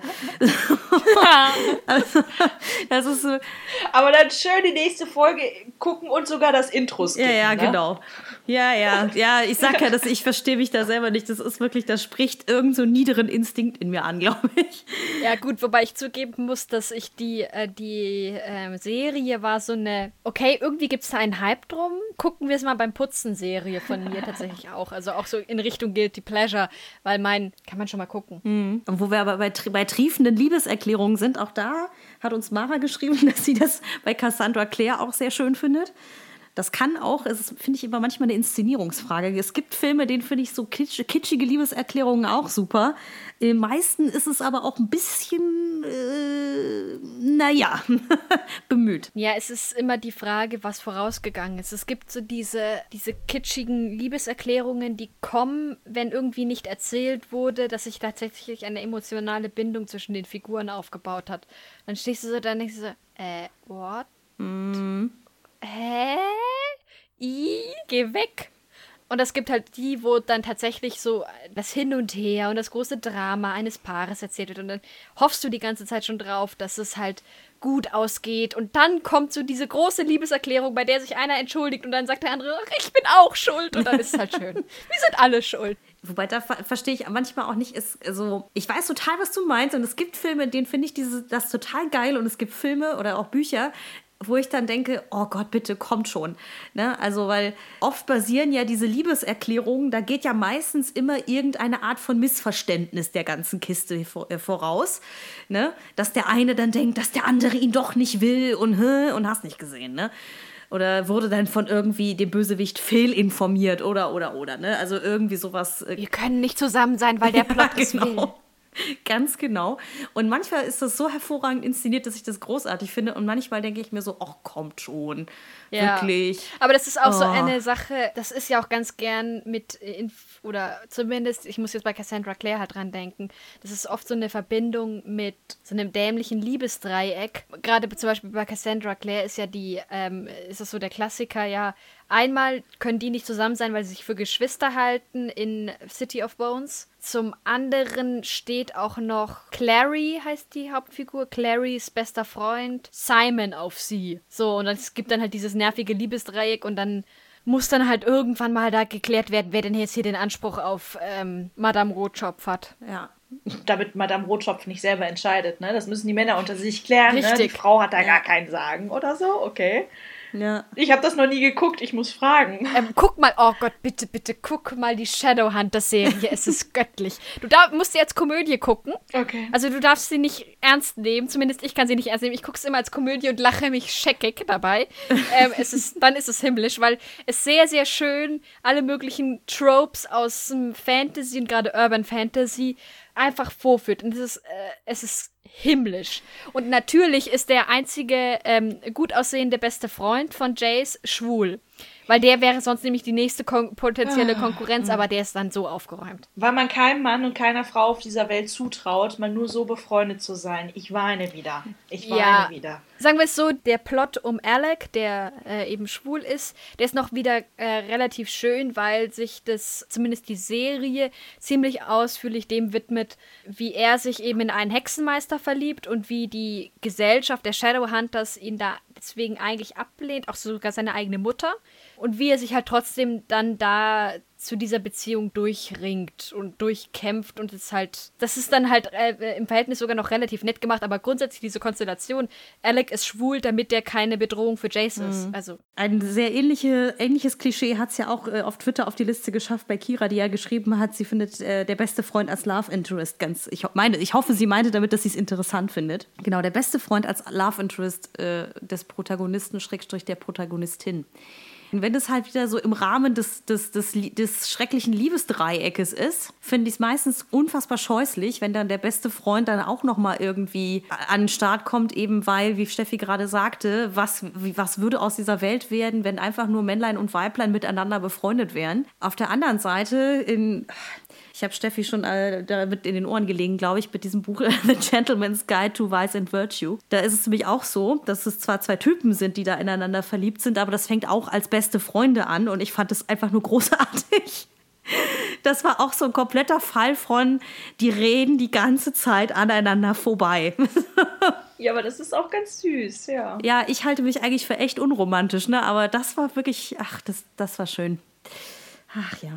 Also, das ist so. Aber dann schön die nächste Folge gucken und sogar das Intro skippen. Ja, ja, ne? genau. Ja, ja, ja, ich sag ja, dass ich verstehe mich da selber nicht. Das ist wirklich, das spricht irgend so einen niederen Instinkt in mir an, glaube ich. Ja gut, wobei ich zugeben muss, dass ich die, äh, die ähm, Serie war so eine, okay, irgendwie gibt es da einen Hype drum. Gucken wir es mal beim Putzen Serie von mir tatsächlich auch. Also auch so in Richtung Guilty Pleasure, weil mein, kann man schon mal gucken. Mhm. Und wo wir aber bei, bei triefenden Liebeserklärungen sind, auch da hat uns Mara geschrieben, dass sie das bei Cassandra Clare auch sehr schön findet. Das kann auch, es finde ich immer manchmal eine Inszenierungsfrage. Es gibt Filme, denen finde ich so kitsch, kitschige Liebeserklärungen auch super. Im meisten ist es aber auch ein bisschen, äh, naja, bemüht. Ja, es ist immer die Frage, was vorausgegangen ist. Es gibt so diese, diese kitschigen Liebeserklärungen, die kommen, wenn irgendwie nicht erzählt wurde, dass sich tatsächlich eine emotionale Bindung zwischen den Figuren aufgebaut hat. Dann stehst du so da und denkst so, äh, what? Mm. Hä? I? Geh weg. Und es gibt halt die, wo dann tatsächlich so das Hin und Her und das große Drama eines Paares erzählt wird. Und dann hoffst du die ganze Zeit schon drauf, dass es halt gut ausgeht. Und dann kommt so diese große Liebeserklärung, bei der sich einer entschuldigt und dann sagt der andere, ich bin auch schuld. Und dann ist es halt schön. Wir sind alle schuld. Wobei, da ver- verstehe ich manchmal auch nicht, ist, also, ich weiß total, was du meinst. Und es gibt Filme, in denen finde ich diese, das total geil. Und es gibt Filme oder auch Bücher, wo ich dann denke, oh Gott, bitte, kommt schon. Ne? Also, weil oft basieren ja diese Liebeserklärungen, da geht ja meistens immer irgendeine Art von Missverständnis der ganzen Kiste vor, äh, voraus. Ne? Dass der eine dann denkt, dass der andere ihn doch nicht will und, und hast nicht gesehen, ne? Oder wurde dann von irgendwie dem Bösewicht fehlinformiert oder, oder, oder, ne? Also irgendwie sowas. Äh, Wir können nicht zusammen sein, weil der Plot ja, es genau. will. Ganz genau. Und manchmal ist das so hervorragend inszeniert, dass ich das großartig finde. Und manchmal denke ich mir so, ach, kommt schon. Ja. Wirklich. Aber das ist auch Oh. so eine Sache, das ist ja auch ganz gern mit, Inf- oder zumindest, ich muss jetzt bei Cassandra Clare halt dran denken, das ist oft so eine Verbindung mit so einem dämlichen Liebesdreieck. Gerade zum Beispiel bei Cassandra Clare ist ja die, ähm, ist das so der Klassiker, ja, einmal können die nicht zusammen sein, weil sie sich für Geschwister halten in City of Bones. Zum anderen steht auch noch Clary, heißt die Hauptfigur, Clarys bester Freund, Simon auf sie. So, und es gibt dann halt dieses nervige Liebesdreieck und dann muss dann halt irgendwann mal da geklärt werden, wer denn jetzt hier den Anspruch auf ähm, Madame Rotschopf hat. Ja. Damit Madame Rotschopf nicht selber entscheidet, ne? Das müssen die Männer unter sich klären, ne? Richtig. Die Frau hat da Ja. gar kein Sagen oder so, okay. Ja. Ich habe das noch nie geguckt, ich muss fragen. Ähm, guck mal, oh Gott, bitte, bitte, guck mal die Shadowhunter-Serie, es ist göttlich. Du darf, musst sie als Komödie gucken. Okay. Also du darfst sie nicht ernst nehmen, zumindest ich kann sie nicht ernst nehmen. Ich gucke es immer als Komödie und lache mich scheckig dabei. ähm, es ist, dann ist es himmlisch, weil es sehr, sehr schön alle möglichen Tropes aus dem Fantasy und gerade Urban Fantasy einfach vorführt. Und es ist, äh, es ist himmlisch. Und natürlich ist der einzige ähm, gut aussehende beste Freund von Jace schwul. Weil der wäre sonst nämlich die nächste kon- potenzielle Konkurrenz, aber der ist dann so aufgeräumt. Weil man keinem Mann und keiner Frau auf dieser Welt zutraut, mal nur so befreundet zu sein. Ich weine wieder. Ich weine Ja. wieder. Sagen wir es so, der Plot um Alec, der äh, eben schwul ist, der ist noch wieder äh, relativ schön, weil sich das, zumindest die Serie, ziemlich ausführlich dem widmet, wie er sich eben in einen Hexenmeister verliebt und wie die Gesellschaft der Shadowhunters ihn da deswegen eigentlich ablehnt, auch sogar seine eigene Mutter. Und wie er sich halt trotzdem dann da zu dieser Beziehung durchringt und durchkämpft und es halt, das ist dann halt äh, im Verhältnis sogar noch relativ nett gemacht, aber grundsätzlich diese Konstellation, Alec ist schwul, damit der keine Bedrohung für Jace mhm. ist. Also ein sehr ähnliche, ähnliches Klischee hat es ja auch äh, auf Twitter auf die Liste geschafft bei Kira, die ja geschrieben hat, sie findet äh, der beste Freund als Love Interest ganz, ich, meine, ich hoffe, sie meinte damit, dass sie es interessant findet. Genau, der beste Freund als Love Interest äh, des Protagonisten, Schrägstrich der Protagonistin. Und wenn es halt wieder so im Rahmen des, des, des, des schrecklichen Liebesdreieckes ist, finde ich es meistens unfassbar scheußlich, wenn dann der beste Freund dann auch nochmal irgendwie an den Start kommt, eben weil, wie Steffi gerade sagte, was, wie, was würde aus dieser Welt werden, wenn einfach nur Männlein und Weiblein miteinander befreundet wären. Auf der anderen Seite, in... Ich habe Steffi schon äh, damit in den Ohren gelegen, glaube ich, mit diesem Buch The Gentleman's Guide to Vice and Virtue. Da ist es nämlich auch so, dass es zwar zwei Typen sind, die da ineinander verliebt sind, aber das fängt auch als beste Freunde an und ich fand das einfach nur großartig. Das war auch so ein kompletter Fall von, die reden die ganze Zeit aneinander vorbei. Ja, aber das ist auch ganz süß, ja. Ja, ich halte mich eigentlich für echt unromantisch, ne? Aber das war wirklich, ach, das, das war schön. Ach ja.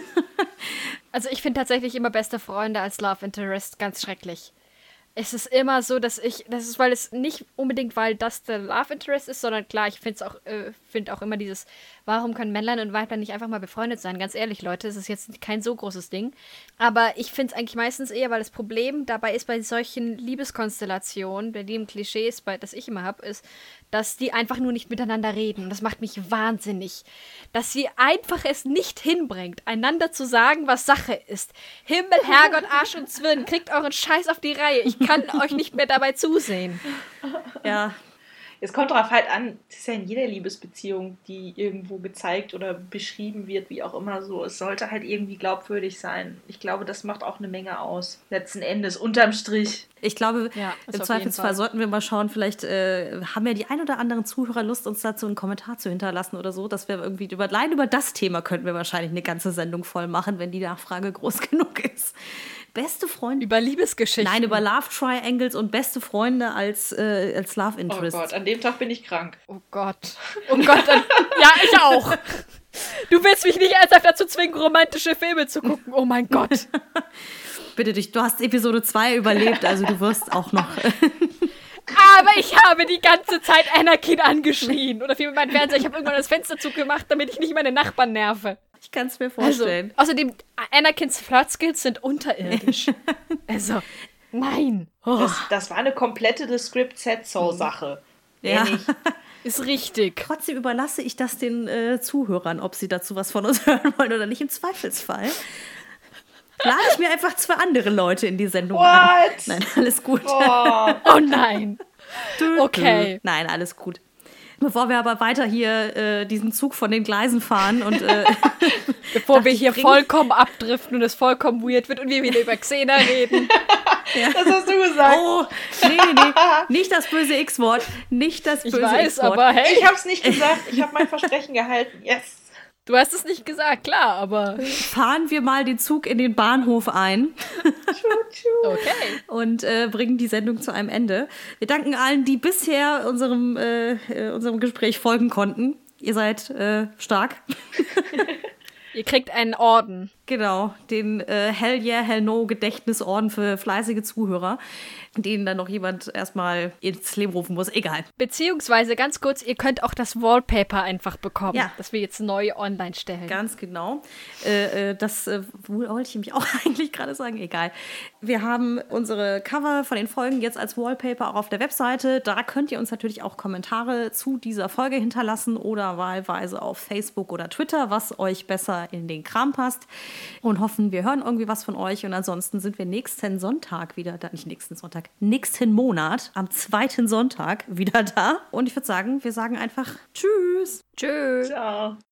Also ich finde tatsächlich immer beste Freunde als Love Interest ganz schrecklich. Es ist immer so, dass ich, das ist, weil es nicht unbedingt, weil das der Love Interest ist, sondern klar, ich finde es auch, äh, finde auch immer dieses, warum können Männlein und Weiblein nicht einfach mal befreundet sein? Ganz ehrlich, Leute, es ist jetzt kein so großes Ding. Aber ich finde es eigentlich meistens eher, weil das Problem dabei ist bei solchen Liebeskonstellationen, bei dem Klischees, bei, das ich immer habe, ist, dass die einfach nur nicht miteinander reden. Und das macht mich wahnsinnig. Dass sie einfach es nicht hinbringt, einander zu sagen, was Sache ist. Himmel, Herrgott, Arsch und Zwirn, kriegt euren Scheiß auf die Reihe. Ich kann euch nicht mehr dabei zusehen. Ja. Es kommt darauf halt an, es ist ja in jeder Liebesbeziehung, die irgendwo gezeigt oder beschrieben wird, wie auch immer so. Es sollte halt irgendwie glaubwürdig sein. Ich glaube, das macht auch eine Menge aus. Letzten Endes, unterm Strich. Ich glaube, ja, im Zweifelsfall sollten wir mal schauen, vielleicht äh, haben ja die ein oder anderen Zuhörer Lust, uns dazu einen Kommentar zu hinterlassen oder so, dass wir irgendwie über, allein über das Thema könnten wir wahrscheinlich eine ganze Sendung voll machen, wenn die Nachfrage groß genug ist. Beste Freunde. Über Liebesgeschichten. Nein, über Love Triangles und beste Freunde als, äh, als Love Interest. Oh Gott, an dem Tag bin ich krank. Oh Gott. Oh Gott. Dann, ja, ich auch. Du willst mich nicht ernsthaft dazu zwingen, romantische Filme zu gucken. Oh mein Gott. Bitte dich, du hast Episode zwei überlebt, also du wirst auch noch... Aber ich habe die ganze Zeit Anakin angeschrien. Oder vielmehr mein Fernseher. Ich habe irgendwann das Fenster zugemacht, damit ich nicht meine Nachbarn nerve. Ich kann es mir vorstellen. Also, außerdem, Anakins Flirt-Skills sind unterirdisch. Also, nein. Oh. Das, das war eine komplette The Script Set Soul-Sache. Ja. Ist richtig. Trotzdem überlasse ich das den äh, Zuhörern, ob sie dazu was von uns hören wollen oder nicht. Im Zweifelsfall lade ich mir einfach zwei andere Leute in die Sendung What? an. Nein, alles gut. Oh, oh nein. Okay. Nein, alles gut. Bevor wir aber weiter hier äh, diesen Zug von den Gleisen fahren und äh, bevor wir hier vollkommen abdriften und es vollkommen weird wird und wir wieder über Xena reden. Ja. Das hast du gesagt. Oh, nee, nee, nee. Nicht das böse X-Wort. Nicht das böse X-Wort. Ich weiß, aber hey. Ich hab's nicht gesagt. Ich habe mein Versprechen gehalten. Yes. Du hast es nicht gesagt, klar, aber... Fahren wir mal den Zug in den Bahnhof ein. Okay. Und äh, bringen die Sendung zu einem Ende. Wir danken allen, die bisher unserem, äh, unserem Gespräch folgen konnten. Ihr seid äh, stark. Ihr kriegt einen Orden. Genau, den äh, Hell Yeah, Hell No Gedächtnisorden für fleißige Zuhörer, den dann noch jemand erstmal ins Leben rufen muss. Egal. Beziehungsweise, ganz kurz, ihr könnt auch das Wallpaper einfach bekommen, ja. das wir jetzt neu online stellen. Ganz genau. Äh, das äh, wollte ich nämlich auch eigentlich gerade sagen. Egal. Wir haben unsere Cover von den Folgen jetzt als Wallpaper auch auf der Webseite. Da könnt ihr uns natürlich auch Kommentare zu dieser Folge hinterlassen oder wahlweise auf Facebook oder Twitter, was euch besser in den Kram passt. Und hoffen, wir hören irgendwie was von euch. Und ansonsten sind wir nächsten Sonntag wieder da. Nicht nächsten Sonntag, nächsten Monat, am zweiten Sonntag wieder da. Und ich würde sagen, wir sagen einfach Tschüss. Tschüss. Ciao.